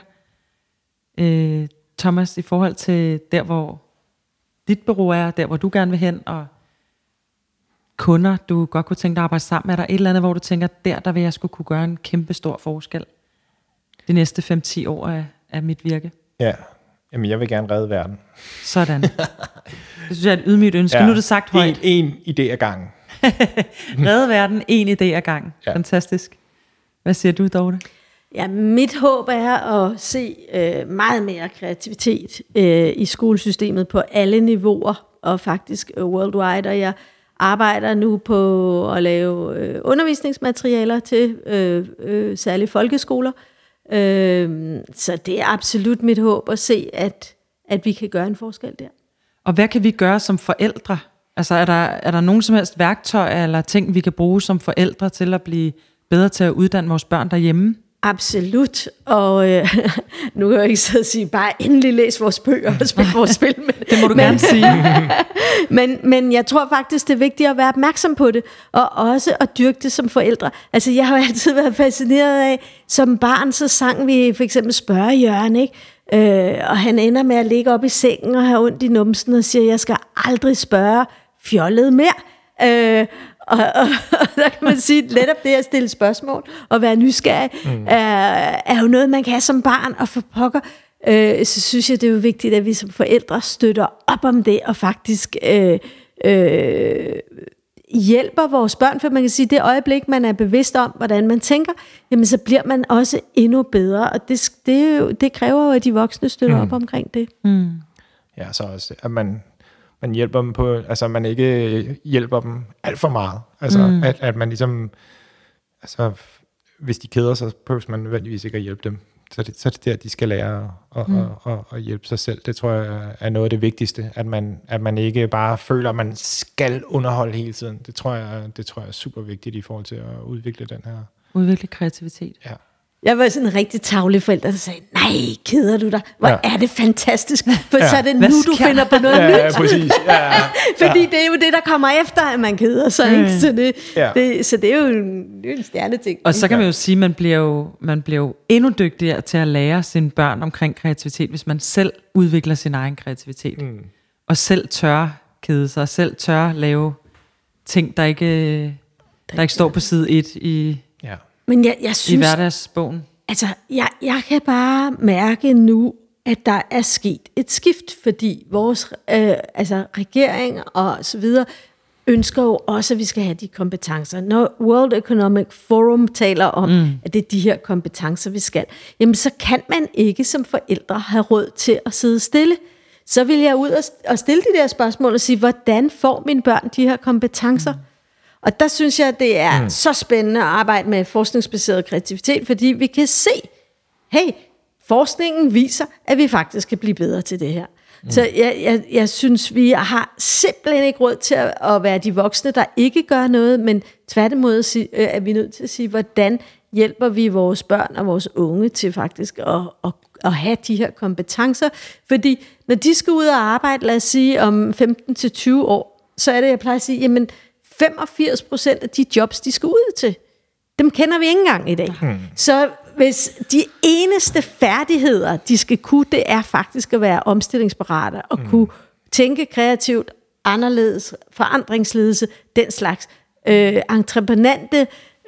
Thomas, i forhold til der, hvor dit bureau er, der, hvor du gerne vil hen, og kunder, du godt kunne tænke dig at arbejde sammen med, er der et eller andet, hvor du tænker, der vil jeg skulle kunne gøre en kæmpe stor forskel de næste 5-10 år af mit virke? Ja, jamen jeg vil gerne redde verden. Sådan. Det synes jeg er et ydmygt ønske. Ja. Nu er det sagt højt. En idé ad gangen. Redde verden, en idé ad gang. Ja. Fantastisk. Hvad siger du, Dorte? Ja, mit håb er at se meget mere kreativitet i skolesystemet på alle niveauer, og faktisk worldwide, og jeg arbejder nu på at lave undervisningsmaterialer til særlige folkeskoler. Så det er absolut mit håb at se, at vi kan gøre en forskel der. Og hvad kan vi gøre som forældre? Altså er der nogen som helst værktøjer eller ting, vi kan bruge som forældre til at blive bedre til at uddanne vores børn derhjemme? Absolut, og nu kan jeg ikke sidde og sige, bare endelig læs vores bøger og spil vores spil. Det må du gerne sige. men jeg tror faktisk, det er vigtigt at være opmærksom på det, og også at dyrke det som forældre. Altså jeg har jo altid været fascineret af, som barn så sang vi for eksempel Spørgehjørne, ikke? Og han ender med at ligge op i sengen og have ondt i numsen og siger, jeg skal aldrig spørge fjollet mere. Og der kan man sige, at netop det at stille spørgsmål og være nysgerrig, er jo noget, man kan have som barn, og for pokker, så synes jeg, det er jo vigtigt, at vi som forældre støtter op om det, og faktisk hjælper vores børn, for man kan sige, at det øjeblik, man er bevidst om, hvordan man tænker, jamen så bliver man også endnu bedre, og det kræver jo, at de voksne støtter op omkring det. Ja, så også, at man hjælper dem på, altså man ikke hjælper dem alt for meget. Altså at man ligesom, altså hvis de keder sig, behøver man nødvendigvis ikke at hjælpe dem. Så det er der, de skal lære at hjælpe sig selv. Det tror jeg er noget af det vigtigste, at man ikke bare føler, at man skal underholde hele tiden. Det tror jeg er super vigtigt i forhold til at udvikle den her. Udvikle kreativitet. Ja. Jeg var sådan en rigtig tavlig forælder, der sagde, nej, keder du dig? Hvor er det fantastisk, for så er det nu, du finder på noget nyt. Ja, præcis. Ja. Fordi det er jo det, der kommer efter, at man keder sig. Ikke? Så det er jo en stjerneting. Og så kan man jo sige, at man bliver jo endnu dygtigere til at lære sine børn omkring kreativitet, hvis man selv udvikler sin egen kreativitet. Og selv tør kede sig, og selv tør lave ting, der ikke står på side 1 i... Ja. Men jeg synes, i hverdagsbogen. Altså, jeg kan bare mærke nu, at der er sket et skift, fordi vores regering og så videre ønsker jo også, at vi skal have de kompetencer. Når World Economic Forum taler om, at det er de her kompetencer, vi skal, jamen så kan man ikke som forældre have råd til at sidde stille. Så vil jeg ud og stille de der spørgsmål og sige, hvordan får mine børn de her kompetencer? Og der synes jeg, det er så spændende at arbejde med forskningsbaseret kreativitet, fordi vi kan se, hey, forskningen viser, at vi faktisk kan blive bedre til det her. Så jeg synes, vi har simpelthen ikke råd til at være de voksne, der ikke gør noget, men tværtimod er vi nødt til at sige, hvordan hjælper vi vores børn og vores unge til faktisk at have de her kompetencer. Fordi når de skal ud og arbejde, lad os sige om 15-20 år, så er det, jeg plejer at sige, jamen 85% af de jobs, de skal ud til, dem kender vi ikke engang i dag. Så hvis de eneste færdigheder, de skal kunne, det er faktisk at være omstillingsparate og kunne tænke kreativt, anderledes, forandringsledelse, den slags entreprenante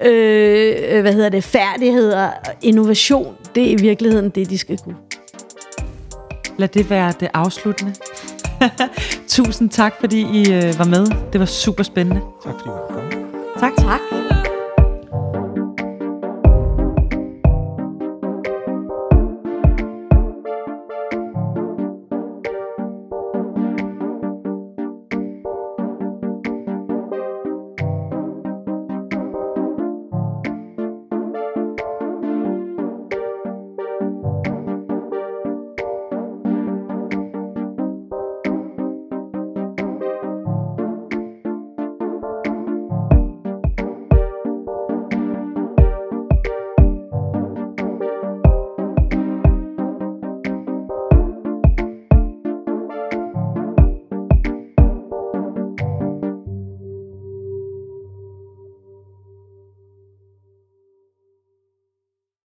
færdigheder, innovation, det er i virkeligheden det, de skal kunne. Lad det være det afsluttende. Tusind tak, fordi I var med. Det var super spændende. Tak fordi I var kommet. Tak.